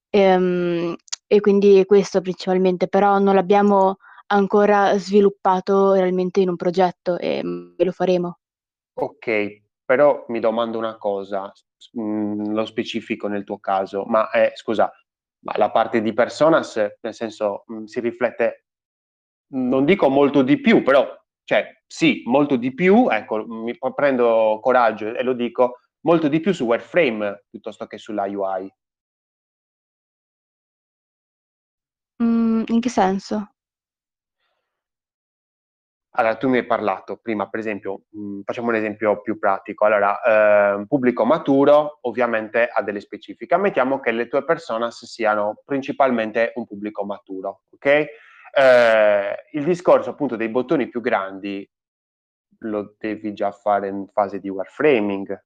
E quindi questo principalmente, però non l'abbiamo ancora sviluppato realmente in un progetto e lo faremo. Ok, però mi domando una cosa, lo specifico nel tuo caso, ma scusa, ma la parte di personas, nel senso, si riflette, non dico molto di più, però, cioè, sì, molto di più, ecco, prendo coraggio e lo dico, molto di più su Wireframe piuttosto che sulla UI. In che senso? Allora, tu mi hai parlato prima, per esempio, facciamo un esempio più pratico. Allora, un pubblico maturo ovviamente ha delle specifiche. Ammettiamo che le tue personas siano principalmente un pubblico maturo, ok? Il discorso appunto dei bottoni più grandi lo devi già fare in fase di wireframing.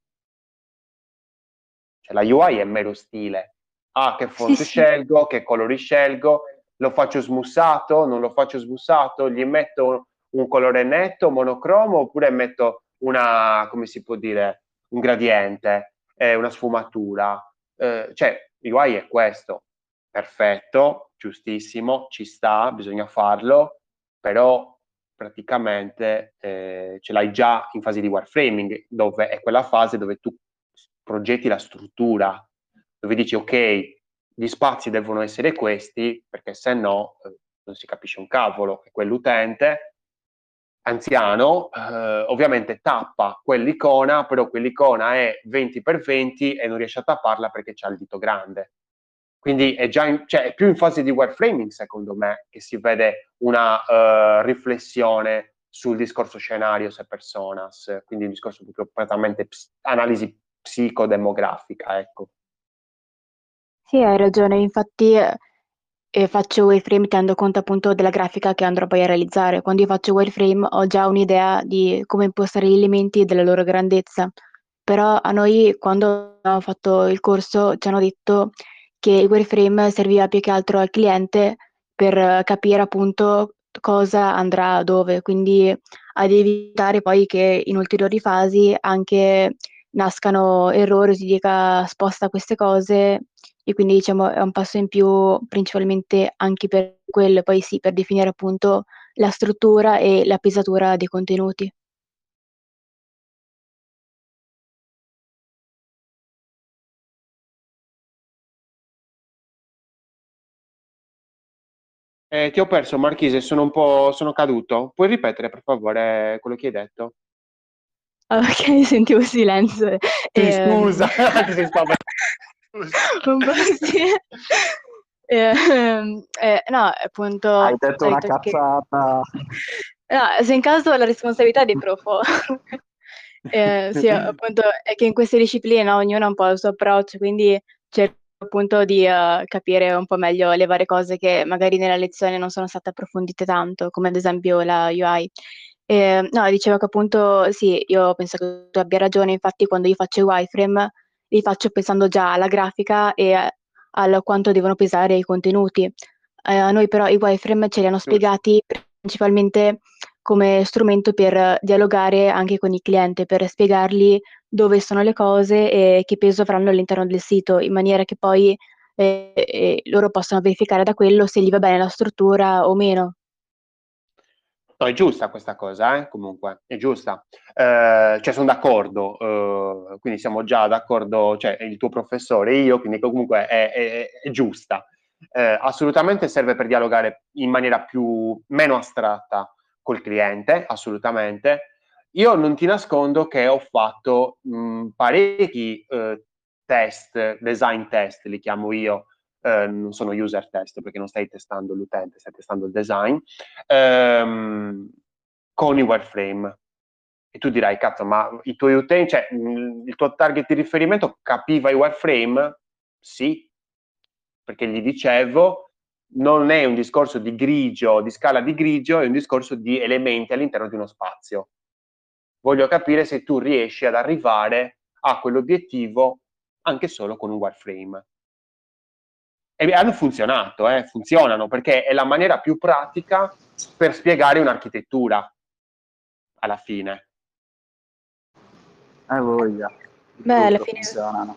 Cioè, la UI è mero stile. Ah, che Sì, font sì. scelgo, che colori scelgo, lo faccio smussato, non lo faccio smussato, gli metto un colore netto, monocromo, oppure metto una, come si può dire, un gradiente, una sfumatura. Cioè, UI è questo. Perfetto, giustissimo, ci sta, bisogna farlo, però praticamente ce l'hai già in fase di wireframing, dove è quella fase dove tu progetti la struttura, dove dici ok, gli spazi devono essere questi, perché se no non si capisce un cavolo, e quell'utente anziano ovviamente tappa quell'icona, però quell'icona è 20x20 e non riesce a tapparla perché c'ha il dito grande. Quindi è già cioè, è più in fase di wireframing, secondo me, che si vede una riflessione sul discorso scenario se personas, quindi un discorso proprio prettamente analisi psicodemografica, ecco. Sì, hai ragione, infatti faccio wireframe tenendo conto appunto della grafica che andrò poi a realizzare. Quando io faccio wireframe ho già un'idea di come impostare gli elementi e della loro grandezza, però a noi quando abbiamo fatto il corso ci hanno detto che il wireframe serviva più che altro al cliente per capire appunto cosa andrà dove, quindi ad evitare poi che in ulteriori fasi anche nascano errori, si dica sposta queste cose e quindi diciamo è un passo in più principalmente anche per quello, poi sì, per definire appunto la struttura e la pesatura dei contenuti. Ti ho perso, Marchise, sono un po' sono caduto. Puoi ripetere, per favore, quello che hai detto? Ah, ok, sentivo silenzio. Sì, Ehm, scusa, ti sei spaventato. Scusa. un po' sì. No, appunto, Hai detto ho una detto che cazzata. no, se in caso la responsabilità è dei profo. Sì, appunto, è che in queste discipline, no, ognuno ha un po' il suo approccio, quindi cerco appunto di capire un po' meglio le varie cose che magari nella lezione non sono state approfondite tanto, come ad esempio la UI. No, dicevo che appunto sì, io penso che tu abbia ragione, infatti quando io faccio i wireframe li faccio pensando già alla grafica e al quanto devono pesare i contenuti. A noi però i wireframe ce li hanno Giusto. spiegati principalmente come strumento per dialogare anche con il cliente, per spiegargli dove sono le cose e che peso avranno all'interno del sito, in maniera che poi loro possano verificare da quello se gli va bene la struttura o meno. No, è giusta questa cosa, comunque, è giusta. Cioè, sono d'accordo, quindi siamo già d'accordo, cioè, il tuo professore e io, quindi comunque è giusta. Assolutamente serve per dialogare in maniera meno astratta col cliente, assolutamente. Io non ti nascondo che ho fatto parecchi test, design test, li chiamo io, non sono user test perché non stai testando l'utente, stai testando il design, con i wireframe. E tu dirai, cazzo, ma i tuoi utenti, cioè il tuo target di riferimento capiva i wireframe? Sì, perché gli dicevo, non è un discorso di grigio, di scala di grigio, è un discorso di elementi all'interno di uno spazio. voglio capire se tu riesci ad arrivare a quell'obiettivo anche solo con un wireframe. E hanno funzionato, funzionano, perché è la maniera più pratica per spiegare un'architettura alla fine. Voglia. Beh, alla Tutto fine funzionano.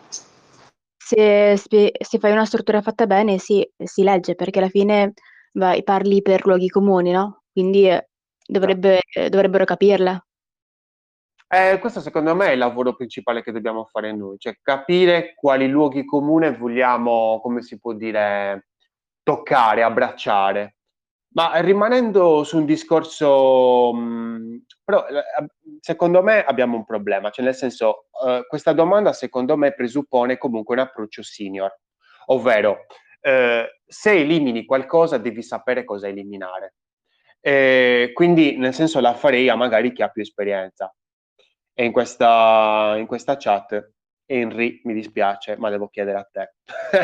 se fai una struttura fatta bene, sì, si legge, perché alla fine parli per luoghi comuni, no? Quindi dovrebbero capirla. Questo secondo me è il lavoro principale che dobbiamo fare noi, cioè capire quali luoghi comuni vogliamo, come si può dire, toccare, abbracciare. Ma rimanendo su un discorso, però secondo me abbiamo un problema, cioè nel senso, questa domanda secondo me presuppone comunque un approccio senior, ovvero se elimini qualcosa devi sapere cosa eliminare. Quindi nel senso la farei a magari chi ha più esperienza. E in questa chat, Henry, mi dispiace, ma devo chiedere a te.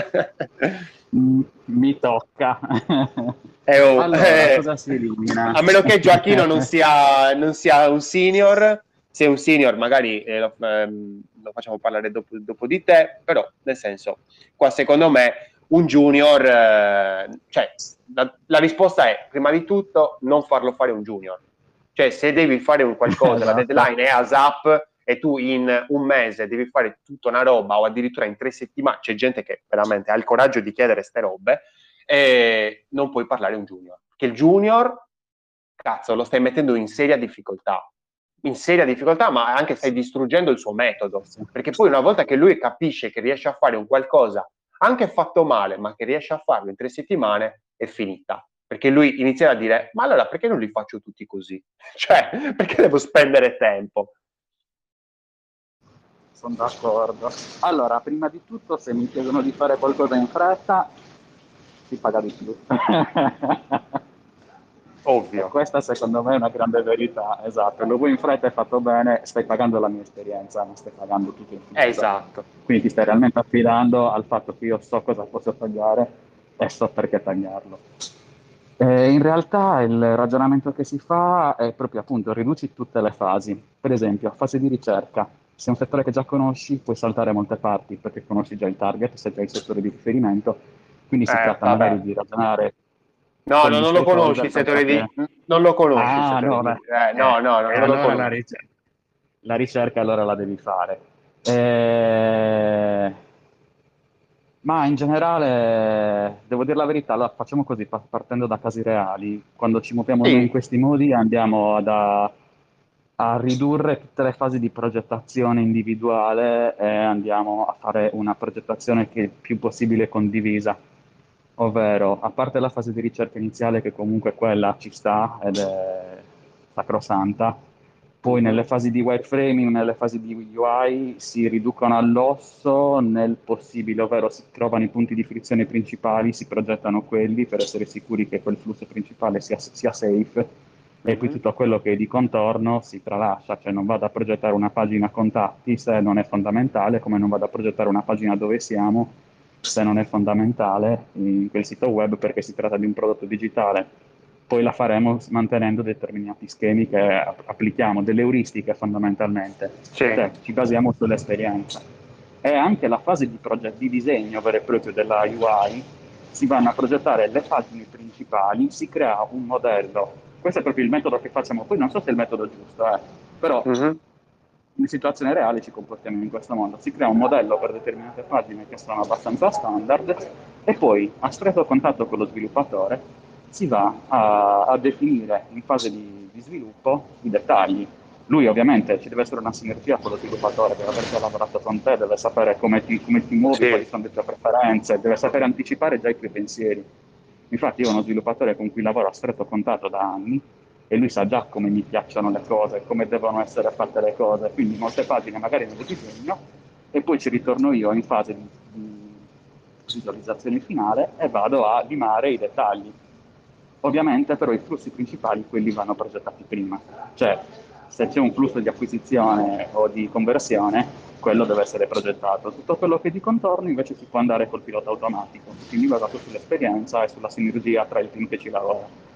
Mi tocca. Oh, Allora, cosa si elimina? a meno che Gioacchino non sia un senior, se è un senior magari lo facciamo parlare dopo di te, però nel senso, qua secondo me un junior, cioè la risposta è, prima di tutto, non farlo fare un junior. Cioè, se devi fare un qualcosa, la Esatto. deadline è ASAP e tu in un mese devi fare tutta una roba o addirittura in 3 settimane, c'è gente che veramente ha il coraggio di chiedere ste robe, e non puoi parlare un junior. Che il junior, cazzo, lo stai mettendo in seria difficoltà, ma anche stai distruggendo il suo metodo, perché poi una volta che lui capisce che riesce a fare un qualcosa, anche fatto male, ma che riesce a farlo in 3 settimane, è finita. Perché lui inizierà a dire, ma allora perché non li faccio tutti così? Cioè, perché devo spendere tempo? Sono d'accordo. Allora, prima di tutto, se mi chiedono di fare qualcosa in fretta, si paga di più. Ovvio. E questa secondo me è una grande verità, esatto. Lo vuoi in fretta e fatto bene, stai pagando la mia esperienza, non stai pagando tutto in fretta. Esatto. Quindi ti stai realmente affidando al fatto che io so cosa posso tagliare e so perché tagliarlo. In realtà il ragionamento che si fa è proprio appunto riduci tutte le fasi. Per esempio, fase di ricerca. Se è un settore che già conosci, puoi saltare molte parti perché conosci già il target, sai già il settore di riferimento, quindi si tratta Vabbè. magari di ragionare No, con gli non lo conosci stakeholder il per settore di... capire. Non lo conosci il Ah, settore no, di... beh. no, non lo Allora conosci. la ricerca allora la devi fare. Eh, Ma in generale, devo dire la verità, allora, facciamo così, partendo da casi reali. Quando ci muoviamo noi in Sì, questi modi andiamo a ridurre tutte le fasi di progettazione individuale e andiamo a fare una progettazione che è il più possibile condivisa. Ovvero, a parte la fase di ricerca iniziale, che comunque quella ci sta ed è sacrosanta, poi nelle fasi di wireframing, nelle fasi di UI si riducono all'osso nel possibile, ovvero si trovano i punti di frizione principali, si progettano quelli per essere sicuri che quel flusso principale sia safe e poi tutto quello che è di contorno si tralascia, cioè non vado a progettare una pagina contatti se non è fondamentale, come non vado a progettare una pagina dove siamo se non è fondamentale in quel sito web perché si tratta di un prodotto digitale. Poi la faremo mantenendo determinati schemi che applichiamo, delle euristiche fondamentalmente, sì. cioè ci basiamo sull'esperienza. E anche la fase di disegno vero e proprio della UI, si vanno a progettare le pagine principali, si crea un modello. Questo è proprio il metodo che facciamo. Poi non so se è il metodo giusto, però Mhm. in situazione reale ci comportiamo in questo modo. Si crea un modello per determinate pagine che sono abbastanza standard e poi, a stretto contatto con lo sviluppatore, si va a definire in fase di sviluppo i dettagli. Lui ovviamente ci deve essere una sinergia con lo sviluppatore, deve aver già lavorato con te, deve sapere come ti muovi, quali Sì. sono le tue preferenze, deve sapere anticipare già i tuoi pensieri. Infatti io ho uno sviluppatore con cui lavoro a stretto contatto da anni e lui sa già come mi piacciono le cose, come devono essere fatte le cose, quindi molte pagine magari me le disegno e poi ci ritorno io in fase di visualizzazione finale e vado a limare i dettagli. Ovviamente però i flussi principali, quelli vanno progettati prima, cioè se c'è un flusso di acquisizione o di conversione, quello deve essere progettato. Tutto quello che è di contorno invece si può andare col pilota automatico, quindi basato sull'esperienza e sulla sinergia tra il team che ci lavora.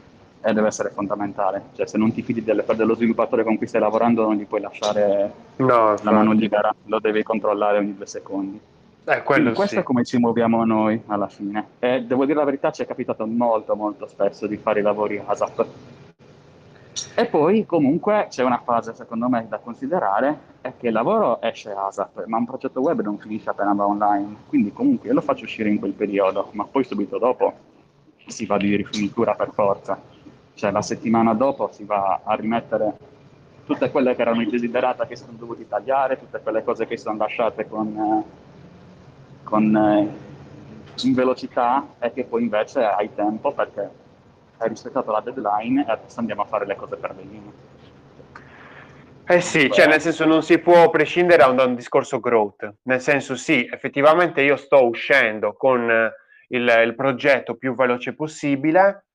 e deve essere fondamentale. Cioè, se non ti fidi dello sviluppatore con cui stai lavorando, non gli puoi lasciare No, la mano infatti. libera, lo devi controllare ogni 2 secondi. Quindi Quello questo sì. è come ci muoviamo noi alla fine. E devo dire la verità, ci è capitato molto, molto spesso di fare i lavori ASAP. E poi comunque c'è una fase, secondo me, da considerare, è che il lavoro esce ASAP, ma un progetto web non finisce appena va online. Quindi comunque io lo faccio uscire in quel periodo, ma poi subito dopo si va di rifinitura per forza. Cioè la settimana dopo si va a rimettere tutte quelle che erano i desiderata che sono dovuti tagliare, tutte quelle cose che sono lasciate in velocità e che poi invece hai tempo perché hai rispettato la deadline e adesso andiamo a fare le cose per benino. Eh sì, cioè nel senso non si può prescindere da un discorso growth, nel senso sì, effettivamente io sto uscendo con il progetto più veloce possibile,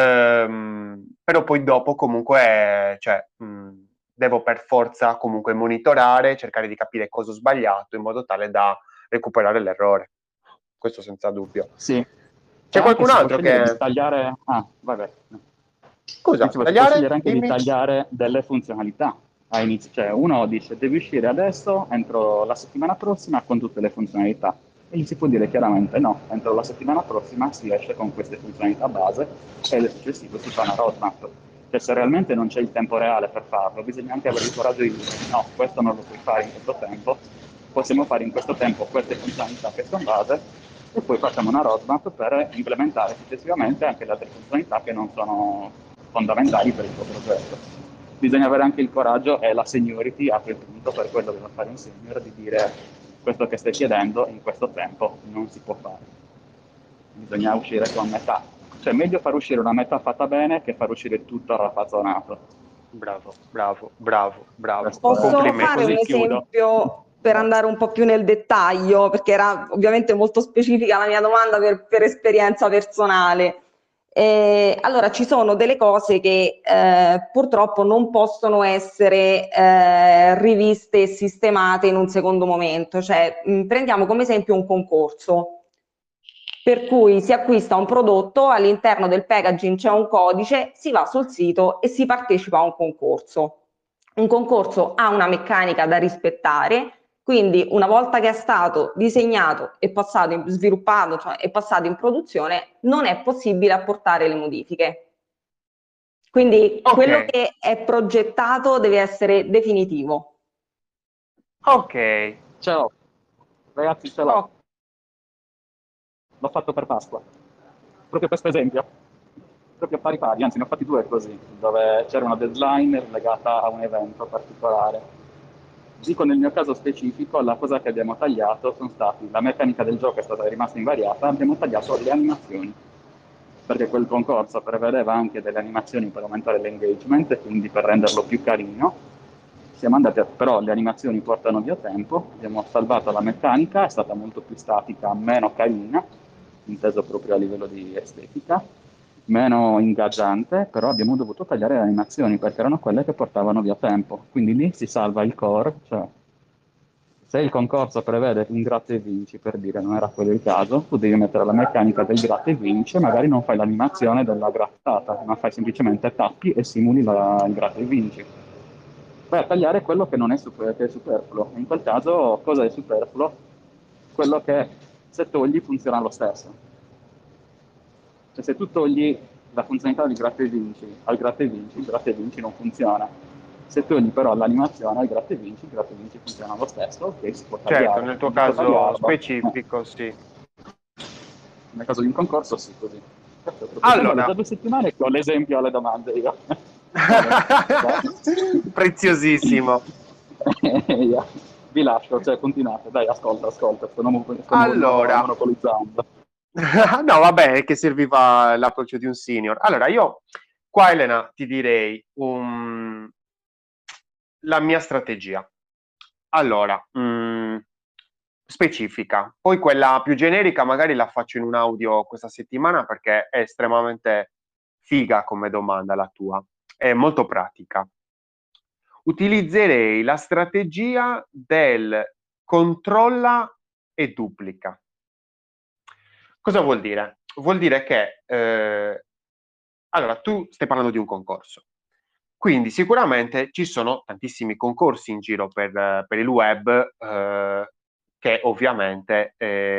però poi dopo comunque cioè, devo per forza comunque monitorare, cercare di capire cosa ho sbagliato in modo tale da recuperare l'errore, questo senza dubbio. Sì. C'è Anche qualcun si può altro scegliere di che... tagliare... Ah, vabbè. Scusa, Dicevo, si può tagliare? scegliere anche di Dimmi. tagliare delle funzionalità a inizio. Cioè, uno dice, devi uscire adesso, entro la settimana prossima, con tutte le funzionalità. E gli si può dire chiaramente, no, entro la settimana prossima si esce con queste funzionalità base e il successivo si fa una roadmap. Cioè, se realmente non c'è il tempo reale per farlo, bisogna anche avere il coraggio di dire, no, questo non lo puoi fare in questo tempo, possiamo fare in questo tempo queste funzionalità che sono base e poi facciamo una roadmap per implementare successivamente anche le altre funzionalità che non sono fondamentali per il tuo progetto. Bisogna avere anche il coraggio e la seniority a quel punto, per quello deve fare un senior, di dire questo che stai chiedendo in questo tempo non si può fare. Bisogna uscire con metà. Cioè, meglio far uscire una metà fatta bene che far uscire tutto raffazzonato. Bravo, bravo, bravo, bravo. Questo Posso Complimenti. fare un Così chiudo. esempio per andare un po' più nel dettaglio, perché era ovviamente molto specifica la mia domanda per esperienza personale. Allora, ci sono delle cose che purtroppo non possono essere riviste e sistemate in un secondo momento. Cioè, prendiamo come esempio un concorso. Per cui si acquista un prodotto, all'interno del packaging c'è un codice, si va sul sito e si partecipa a un concorso. Un concorso ha una meccanica da rispettare, quindi una volta che è stato disegnato e passato sviluppato, cioè è passato in produzione, non è possibile apportare le modifiche. Quindi quello che è progettato deve essere definitivo. Ok. Ciao, ragazzi, ce l'ho. L'ho fatto per Pasqua. Proprio questo esempio. Proprio pari pari, anzi ne ho fatti 2 così, dove c'era una deadline legata a un evento particolare. Dico nel mio caso specifico, la cosa che abbiamo tagliato sono stati, la meccanica del gioco è stata rimasta invariata, abbiamo tagliato le animazioni, perché quel concorso prevedeva anche delle animazioni per aumentare l'engagement e quindi per renderlo più carino. Siamo andati però le animazioni portano via tempo, abbiamo salvato la meccanica, è stata molto più statica, meno carina, inteso proprio a livello di estetica, meno ingaggiante, però abbiamo dovuto tagliare le animazioni perché erano quelle che portavano via tempo. Quindi lì si salva il core, cioè se il concorso prevede un gratta e vinci, per dire, non era quello il caso, tu devi mettere la meccanica del gratta e vinci, magari non fai l'animazione della grattata, ma fai semplicemente tappi e simuli il gratta e vinci. Vai a tagliare quello che non è, che è superfluo. In quel caso, cosa è superfluo? Quello che se togli funziona lo stesso. Cioè se tu togli la funzionalità di gratta e vinci al gratta e vinci, il gratta e vinci non funziona. Se togli però l'animazione al gratta e vinci, il gratta e vinci funziona lo stesso, ok, si può tagliare. Certo, nel tuo Dico caso tagliarlo. specifico, sì. Nel caso di un concorso, sì, così. Allora. Già 2 settimane che ho l'esempio alle domande io. Preziosissimo. Vi lascio, cioè continuate, dai, ascolta, sto Allora. monopolizzando. No, vabbè, è che serviva l'approccio di un senior. Allora, io qua, Elena, ti direi la mia strategia. Allora, specifica. Poi quella più generica magari la faccio in un audio questa settimana perché è estremamente figa come domanda la tua. È molto pratica. Utilizzerei la strategia del controlla e duplica. Cosa vuol dire? Vuol dire che Allora, tu stai parlando di un concorso. Quindi sicuramente ci sono tantissimi concorsi in giro per il web che ovviamente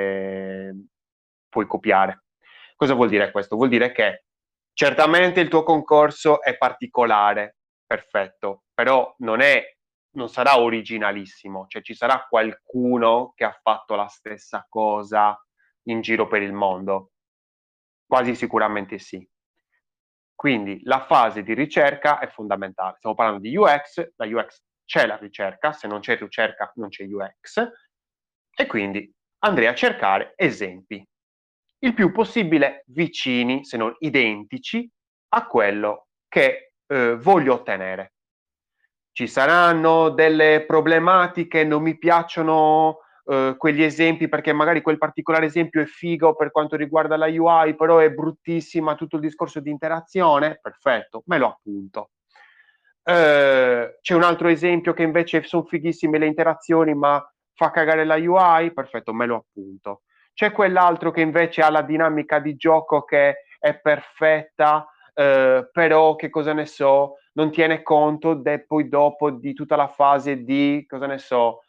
puoi copiare. Cosa vuol dire questo? Vuol dire che certamente il tuo concorso è particolare, perfetto, però non sarà originalissimo, cioè ci sarà qualcuno che ha fatto la stessa cosa in giro per il mondo. Quasi sicuramente sì. Quindi la fase di ricerca è fondamentale. Stiamo parlando di UX, la UX c'è la ricerca, se non c'è ricerca non c'è UX, e quindi andrei a cercare esempi, il più possibile vicini, se non identici, a quello che voglio ottenere. Ci saranno delle problematiche, non mi piacciono quegli esempi perché magari quel particolare esempio è figo per quanto riguarda la UI, però è bruttissima tutto il discorso di interazione, perfetto, me lo appunto. C'è un altro esempio che invece sono fighissime le interazioni ma fa cagare la UI, perfetto, me lo appunto. C'è quell'altro che invece ha la dinamica di gioco che è perfetta, però che cosa ne so, non tiene conto poi dopo di tutta la fase di, cosa ne so,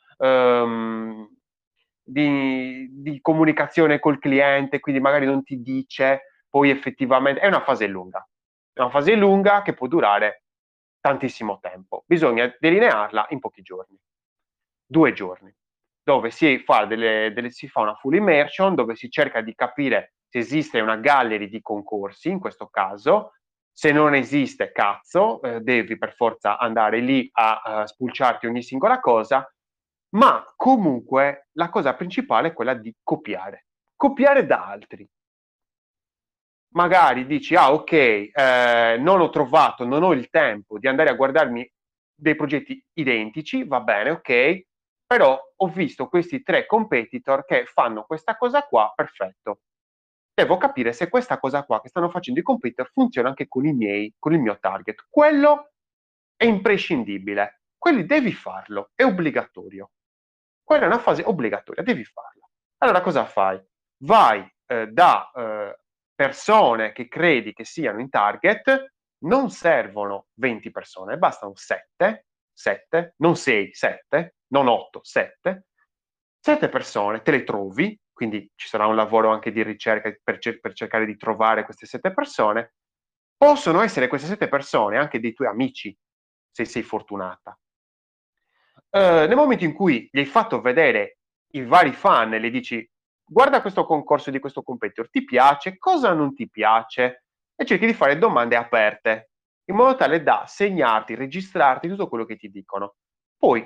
di comunicazione col cliente, quindi magari non ti dice poi effettivamente, è una fase lunga che può durare tantissimo tempo, bisogna delinearla in pochi giorni, 2 giorni, dove si fa una full immersion, dove si cerca di capire se esiste una gallery di concorsi, in questo caso. Se non esiste, cazzo, devi per forza andare lì a spulciarti ogni singola cosa, ma comunque la cosa principale è quella di copiare da altri. Magari dici, ok, non ho il tempo di andare a guardarmi dei progetti identici, va bene, ok, però ho visto questi 3 competitor che fanno questa cosa qua, perfetto. Devo capire se questa cosa qua che stanno facendo i competitor funziona anche con il mio target. Quello è imprescindibile. Quelli devi farlo, è obbligatorio. Quella è una fase obbligatoria, devi farla. Allora cosa fai? Vai da persone che credi che siano in target, non servono 20 persone, bastano 7, non 6, 7, non 8, 7. 7 persone te le trovi, quindi ci sarà un lavoro anche di ricerca per cercare di trovare queste 7 persone. Possono essere queste 7 persone anche dei tuoi amici, se sei fortunata. Nel momento in cui gli hai fatto vedere i vari fan e le dici guarda questo concorso di questo competitor, ti piace? Cosa non ti piace? E cerchi di fare domande aperte, in modo tale da segnarti, registrarti tutto quello che ti dicono. Poi,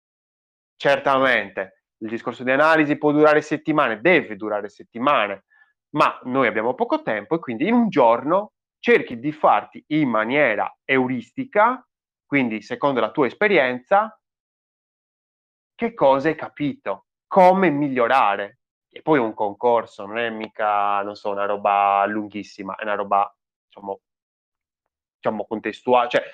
certamente, il discorso di analisi può durare settimane, deve durare settimane, ma noi abbiamo poco tempo e quindi in un giorno cerchi di farti in maniera euristica, quindi secondo la tua esperienza, che cosa hai capito, come migliorare. E poi un concorso non è mica, non so, una roba lunghissima, è una roba, diciamo contestuale, cioè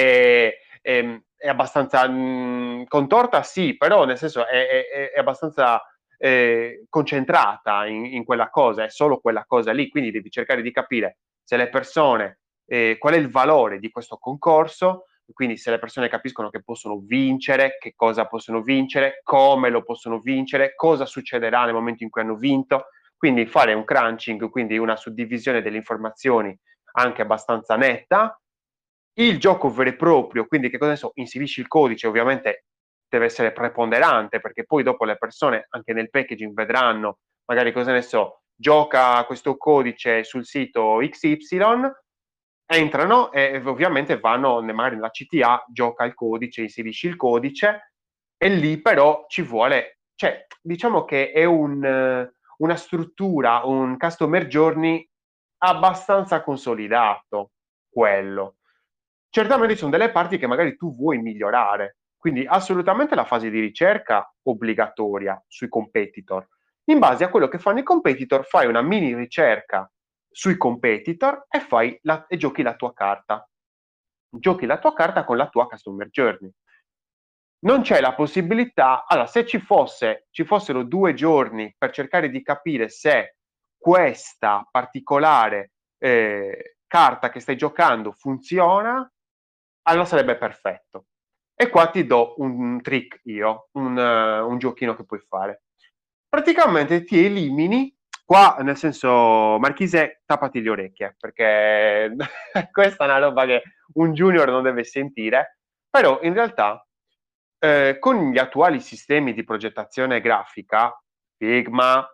è abbastanza contorta, sì, però nel senso è abbastanza concentrata in quella cosa, è solo quella cosa lì, quindi devi cercare di capire se le persone, qual è il valore di questo concorso, quindi se le persone capiscono che possono vincere, che cosa possono vincere, come lo possono vincere, cosa succederà nel momento in cui hanno vinto, quindi fare un crunching, quindi una suddivisione delle informazioni anche abbastanza netta. Il gioco vero e proprio, quindi che cosa ne so, inserisci il codice, ovviamente deve essere preponderante, perché poi dopo le persone anche nel packaging vedranno, magari cosa ne so, gioca questo codice sul sito XY, entrano e ovviamente vanno magari nella CTA, gioca il codice, inserisci il codice, e lì però ci vuole, cioè diciamo che è una struttura, un customer journey abbastanza consolidato, quello. Certamente ci sono delle parti che magari tu vuoi migliorare, quindi assolutamente la fase di ricerca obbligatoria sui competitor. In base a quello che fanno i competitor fai una mini ricerca sui competitor e giochi la tua carta. Giochi la tua carta con la tua customer journey. Non c'è la possibilità, allora se ci fossero 2 giorni per cercare di capire se questa particolare carta che stai giocando funziona, allora sarebbe perfetto. E qua ti do un trick io, un giochino che puoi fare. Praticamente ti elimini, qua nel senso, Marchise, tappati le orecchie, perché questa è una roba che un junior non deve sentire, però in realtà con gli attuali sistemi di progettazione grafica, Figma,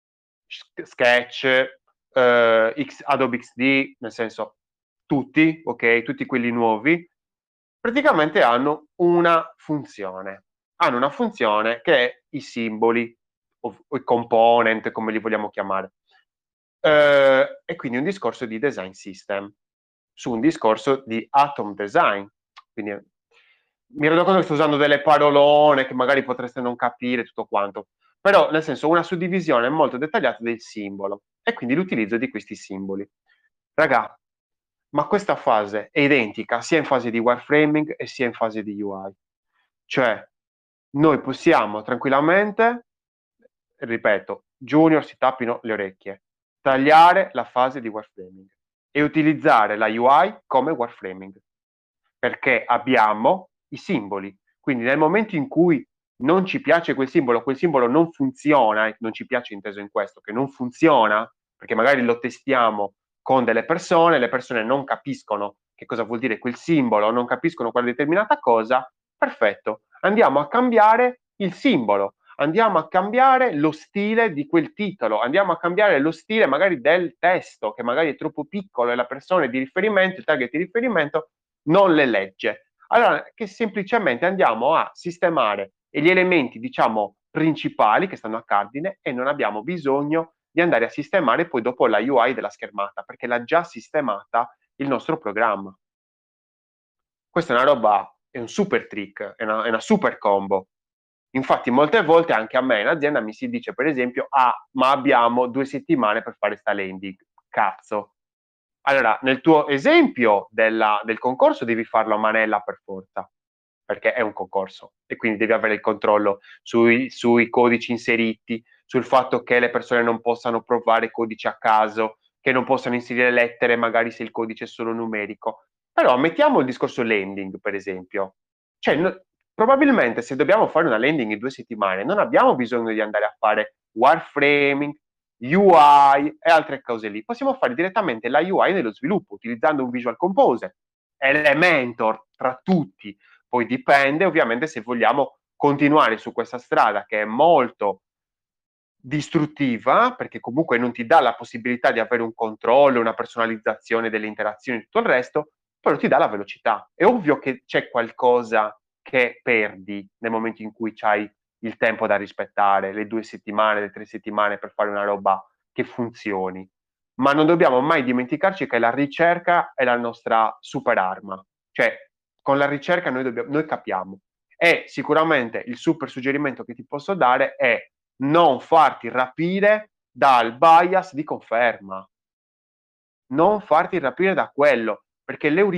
Sketch, Adobe XD, nel senso tutti, ok, tutti quelli nuovi, praticamente hanno una funzione. Hanno una funzione che è i simboli o i component, come li vogliamo chiamare. E quindi un discorso di design system su un discorso di atom design. Quindi mi rendo conto che sto usando delle parolone che magari potreste non capire tutto quanto, però nel senso una suddivisione molto dettagliata del simbolo e quindi l'utilizzo di questi simboli. Raga, ma questa fase è identica sia in fase di wireframing e sia in fase di UI. Cioè, noi possiamo tranquillamente, ripeto, junior si tappino le orecchie, tagliare la fase di wireframing e utilizzare la UI come wireframing, perché abbiamo i simboli. Quindi nel momento in cui non ci piace quel simbolo non funziona, e non ci piace inteso in questo, che non funziona, perché magari lo testiamo con delle persone, le persone non capiscono che cosa vuol dire quel simbolo, non capiscono quella determinata cosa, perfetto, andiamo a cambiare il simbolo, andiamo a cambiare lo stile di quel titolo, andiamo a cambiare lo stile magari del testo, che magari è troppo piccolo e la persona di riferimento, il target di riferimento, non le legge. Allora, che semplicemente andiamo a sistemare gli elementi, diciamo, principali che stanno a cardine e non abbiamo bisogno di andare a sistemare poi dopo la UI della schermata, perché l'ha già sistemata il nostro programma. Questa è una roba, è un super trick, è una super combo. Infatti molte volte anche a me in azienda mi si dice per esempio, ma abbiamo 2 settimane per fare sta landing. Cazzo. Allora, nel tuo esempio del concorso devi farlo a manella per forza, perché è un concorso e quindi devi avere il controllo sui codici inseriti, sul fatto che le persone non possano provare codici a caso, che non possano inserire lettere magari se il codice è solo numerico. Però mettiamo il discorso landing, per esempio. Cioè, probabilmente se dobbiamo fare una landing in 2 settimane non abbiamo bisogno di andare a fare wireframing, UI e altre cose lì. Possiamo fare direttamente la UI nello sviluppo utilizzando un Visual Composer, Elementor tra tutti. Poi dipende ovviamente se vogliamo continuare su questa strada che è molto distruttiva, perché comunque non ti dà la possibilità di avere un controllo, una personalizzazione delle interazioni e tutto il resto, però ti dà la velocità. È ovvio che c'è qualcosa che perdi nel momento in cui c'hai il tempo da rispettare, le 2 settimane, le 3 settimane per fare una roba che funzioni. Ma non dobbiamo mai dimenticarci che la ricerca è la nostra super arma. Cioè, con la ricerca noi capiamo. E sicuramente il super suggerimento che ti posso dare è non farti rapire dal bias di conferma. Non farti rapire da quello, perché la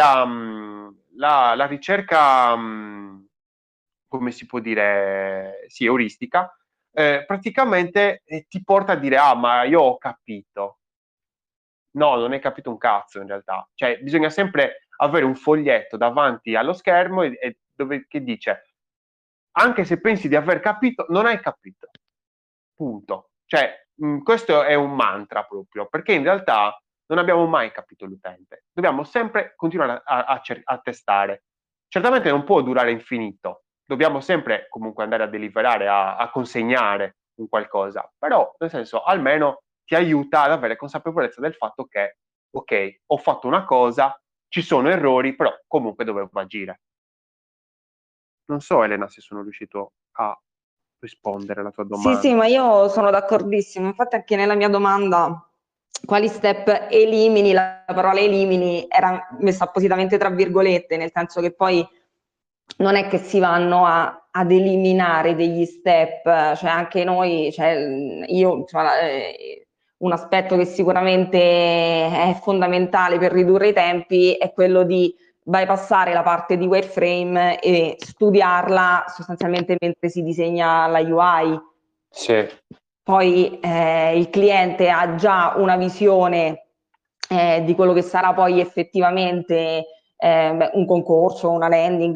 ricerca, come si può dire, sì, euristica, praticamente ti porta a dire, ma io ho capito. No, non hai capito un cazzo in realtà. Cioè, bisogna sempre avere un foglietto davanti allo schermo che dice, anche se pensi di aver capito, non hai capito. Punto. Cioè, questo è un mantra proprio, perché in realtà non abbiamo mai capito l'utente. Dobbiamo sempre continuare a testare. Certamente non può durare infinito, dobbiamo sempre comunque andare a deliberare, a consegnare un qualcosa, però nel senso almeno ti aiuta ad avere consapevolezza del fatto che, ok, ho fatto una cosa, ci sono errori, però comunque dovevo agire. Non so, Elena, se sono riuscito a rispondere alla tua domanda. Sì, ma io sono d'accordissimo. Infatti anche nella mia domanda quali step elimini, la parola elimini era messa appositamente tra virgolette, nel senso che poi non è che si vanno ad eliminare degli step, cioè anche noi, cioè io, un aspetto che sicuramente è fondamentale per ridurre i tempi è quello di bypassare la parte di wireframe e studiarla sostanzialmente mentre si disegna la UI. Sì. Poi il cliente ha già una visione di quello che sarà poi effettivamente un concorso, una landing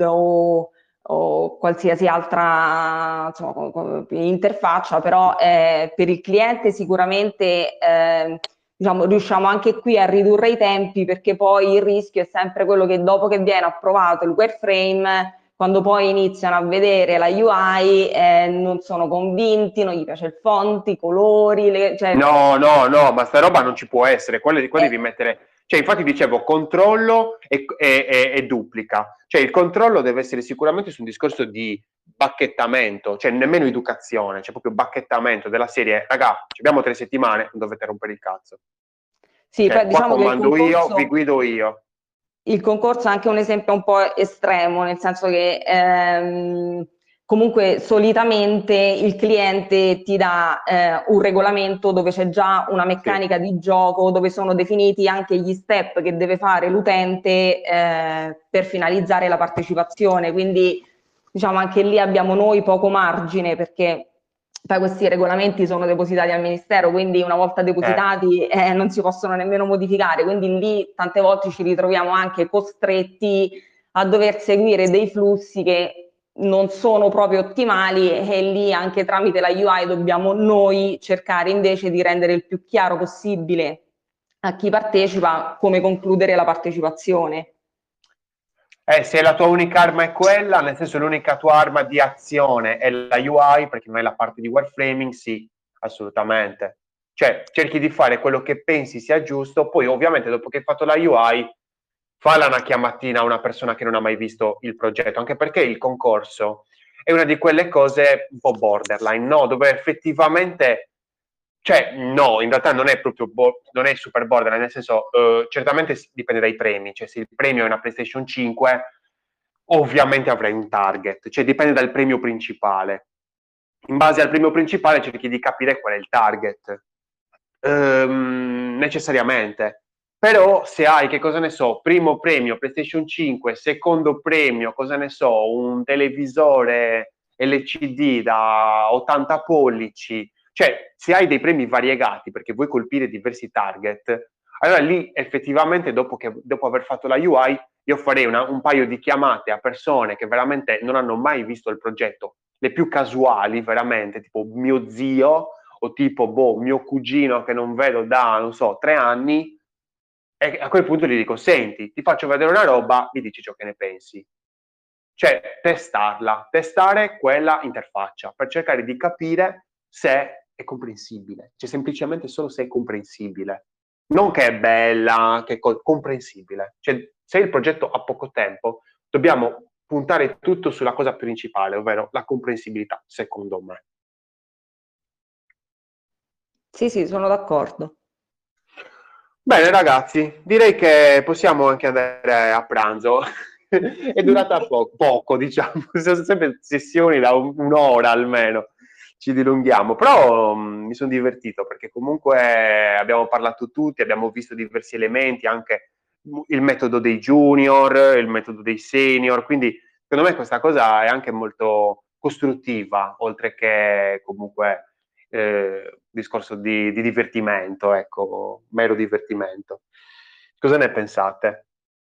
o qualsiasi altra insomma, interfaccia, però per il cliente sicuramente diciamo, riusciamo anche qui a ridurre i tempi, perché poi il rischio è sempre quello che dopo che viene approvato il wireframe, quando poi iniziano a vedere la UI non sono convinti, non gli piace il font, i colori, cioè... No, ma sta roba non ci può essere, qua devi mettere, cioè infatti dicevo controllo e duplica, cioè il controllo deve essere sicuramente su un discorso di bacchettamento, cioè nemmeno educazione, cioè proprio bacchettamento della serie, raga, abbiamo 3 settimane, non dovete rompere il cazzo. Sì, Cioè, poi qua diciamo che comando io, vi guido io. il concorso è anche un esempio un po' estremo, nel senso che comunque solitamente il cliente ti dà un regolamento dove c'è già una meccanica di gioco, dove sono definiti anche gli step che deve fare l'utente per finalizzare la partecipazione, quindi diciamo anche lì abbiamo noi poco margine, perché poi questi regolamenti sono depositati al Ministero, quindi una volta depositati non si possono nemmeno modificare, quindi lì tante volte ci ritroviamo anche costretti a dover seguire dei flussi che non sono proprio ottimali, e lì anche tramite la UI dobbiamo noi cercare invece di rendere il più chiaro possibile a chi partecipa come concludere la partecipazione. Se la tua unica arma è quella, nel senso l'unica tua arma di azione è la UI, perché non è la parte di wireframing, sì, assolutamente. Cioè, cerchi di fare quello che pensi sia giusto, poi ovviamente dopo che hai fatto la UI, falla una chiamatina a una persona che non ha mai visto il progetto, anche perché il concorso è una di quelle cose un po' borderline, no? Dove effettivamente... Cioè, no, in realtà non è proprio non è super borderline, nel senso, certamente dipende dai premi, cioè se il premio è una PlayStation 5, ovviamente avrai un target, cioè dipende dal premio principale. In base al premio principale cerchi di capire qual è il target, necessariamente. Però se hai, che cosa ne so, primo premio PlayStation 5, secondo premio, cosa ne so, un televisore LCD da 80 pollici, cioè, se hai dei premi variegati perché vuoi colpire diversi target, allora lì effettivamente dopo aver fatto la UI, io farei un paio di chiamate a persone che veramente non hanno mai visto il progetto, le più casuali veramente, tipo mio zio o tipo mio cugino che non vedo da, non so, 3 anni, e a quel punto gli dico, senti, ti faccio vedere una roba, mi dici ciò che ne pensi. Cioè, testare quella interfaccia per cercare di capire se è comprensibile, cioè semplicemente solo se è comprensibile, non che è bella, che è comprensibile. Cioè, se il progetto ha poco tempo, dobbiamo puntare tutto sulla cosa principale, ovvero la comprensibilità, secondo me. Sì, sono d'accordo. Bene ragazzi, direi che possiamo anche andare a pranzo. È durata poco, diciamo, sono sempre sessioni da un'ora almeno, ci dilunghiamo, però mi sono divertito perché comunque abbiamo parlato tutti, abbiamo visto diversi elementi, anche il metodo dei junior, il metodo dei senior, quindi secondo me questa cosa è anche molto costruttiva, oltre che comunque discorso di divertimento, ecco, mero divertimento. Cosa ne pensate?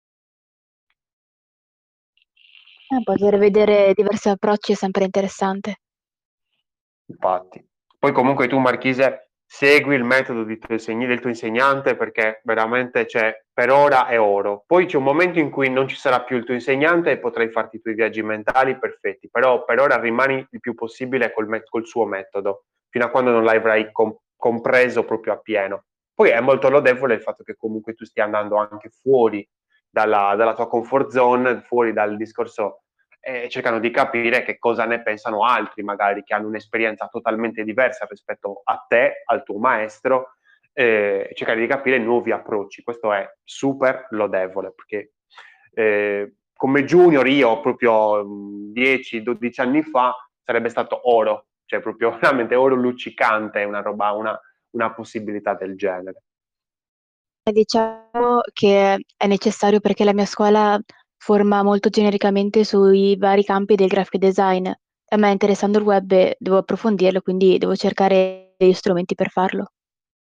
Poter vedere diversi approcci è sempre interessante. Infatti. Poi comunque tu, Marchise, segui il metodo del tuo insegnante, perché veramente per ora è oro. Poi c'è un momento in cui non ci sarà più il tuo insegnante e potrai farti i tuoi viaggi mentali perfetti, però per ora rimani il più possibile col suo metodo, fino a quando non l'avrai compreso proprio appieno. Poi è molto lodevole il fatto che comunque tu stia andando anche fuori dalla tua comfort zone, fuori dal discorso, cercano di capire che cosa ne pensano altri, magari che hanno un'esperienza totalmente diversa rispetto a te, al tuo maestro, cercare di capire nuovi approcci. Questo è super lodevole, perché come junior io proprio 10-12 anni fa sarebbe stato oro, cioè proprio veramente oro luccicante, una roba, una possibilità del genere. Diciamo che è necessario perché la mia scuola forma molto genericamente sui vari campi del graphic design. A me interessando il web devo approfondirlo, quindi devo cercare degli strumenti per farlo.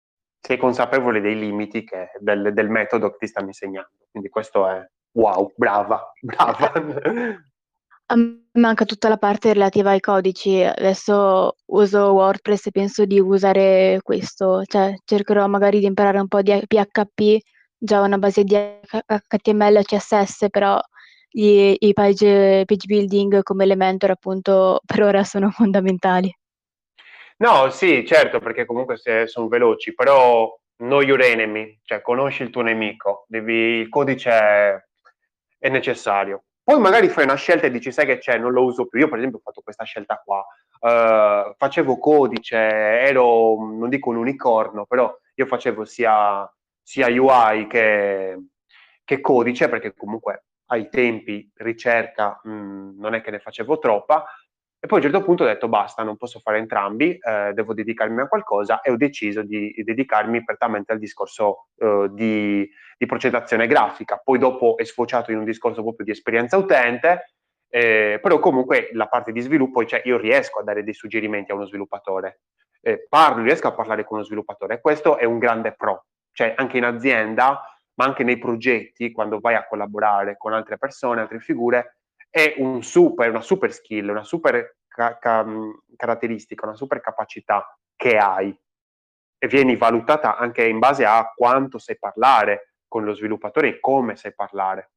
sei consapevole dei limiti del metodo che ti stanno insegnando. Quindi questo è wow, brava, brava. A me manca tutta la parte relativa ai codici. Adesso uso WordPress e penso di usare questo, cioè cercherò magari di imparare un po' di PHP, già una base di HTML e CSS, però i page building come Elementor appunto per ora sono fondamentali. No, sì, certo, perché comunque sono veloci, però know your enemy, cioè conosci il tuo nemico, il codice è necessario. Poi magari fai una scelta e dici, sai che c'è, non lo uso più. Io per esempio ho fatto questa scelta qua, facevo codice, ero, non dico un unicorno, però io facevo sia UI che codice, perché comunque ai tempi ricerca non è che ne facevo troppa. E poi a un certo punto ho detto basta, non posso fare entrambi, devo dedicarmi a qualcosa, e ho deciso di dedicarmi prettamente al discorso di progettazione grafica. Poi dopo è sfociato in un discorso proprio di esperienza utente, però comunque la parte di sviluppo, cioè io riesco a dare dei suggerimenti a uno sviluppatore, riesco a parlare con uno sviluppatore, e questo è un grande pro, cioè anche in azienda, ma anche nei progetti, quando vai a collaborare con altre persone, altre figure, è una super skill, una super caratteristica, una super capacità che hai, e vieni valutata anche in base a quanto sai parlare con lo sviluppatore e come sai parlare.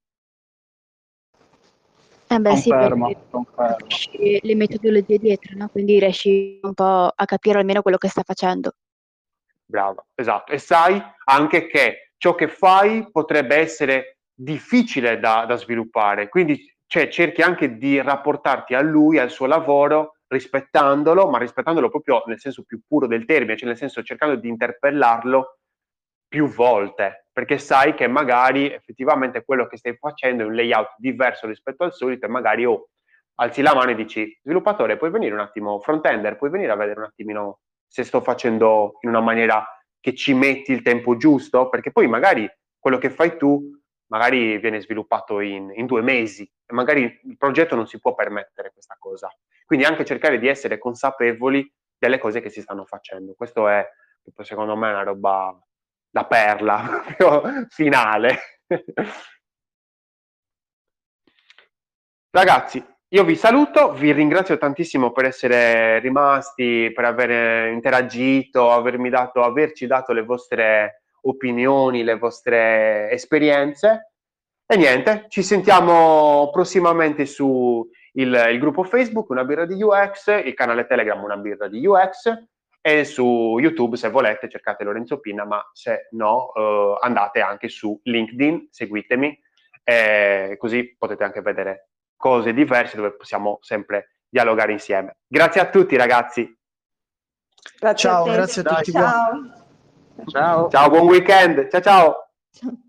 Beh sì, Confermo, perché confermo. capisci le metodologie dietro, no? Quindi riesci un po' a capire almeno quello che sta facendo. Brava, esatto. E sai anche che ciò che fai potrebbe essere difficile da sviluppare, quindi cioè, cerchi anche di rapportarti a lui, al suo lavoro, rispettandolo, ma rispettandolo proprio nel senso più puro del termine, cioè nel senso cercando di interpellarlo più volte, perché sai che magari effettivamente quello che stai facendo è un layout diverso rispetto al solito, e magari alzi la mano e dici, sviluppatore, puoi venire un attimo, front-ender, puoi venire a vedere un attimino se sto facendo in una maniera che ci metti il tempo giusto, perché poi magari quello che fai tu magari viene sviluppato in 2 mesi, e magari il progetto non si può permettere questa cosa. Quindi anche cercare di essere consapevoli delle cose che si stanno facendo. Questo è, secondo me, una roba da perla, proprio finale. Ragazzi, io vi saluto, vi ringrazio tantissimo per essere rimasti, per aver interagito, averci dato le vostre opinioni, le vostre esperienze. E niente, ci sentiamo prossimamente su il gruppo Facebook Una birra di UX, il canale Telegram Una birra di UX, e su YouTube, se volete, cercate Lorenzo Pinna, ma se no andate anche su LinkedIn, seguitemi, così potete anche vedere cose diverse dove possiamo sempre dialogare insieme. Grazie a tutti, ragazzi. Grazie a Ciao, te. grazie a tutti. Ciao. Ciao. Ciao, buon weekend. Ciao ciao.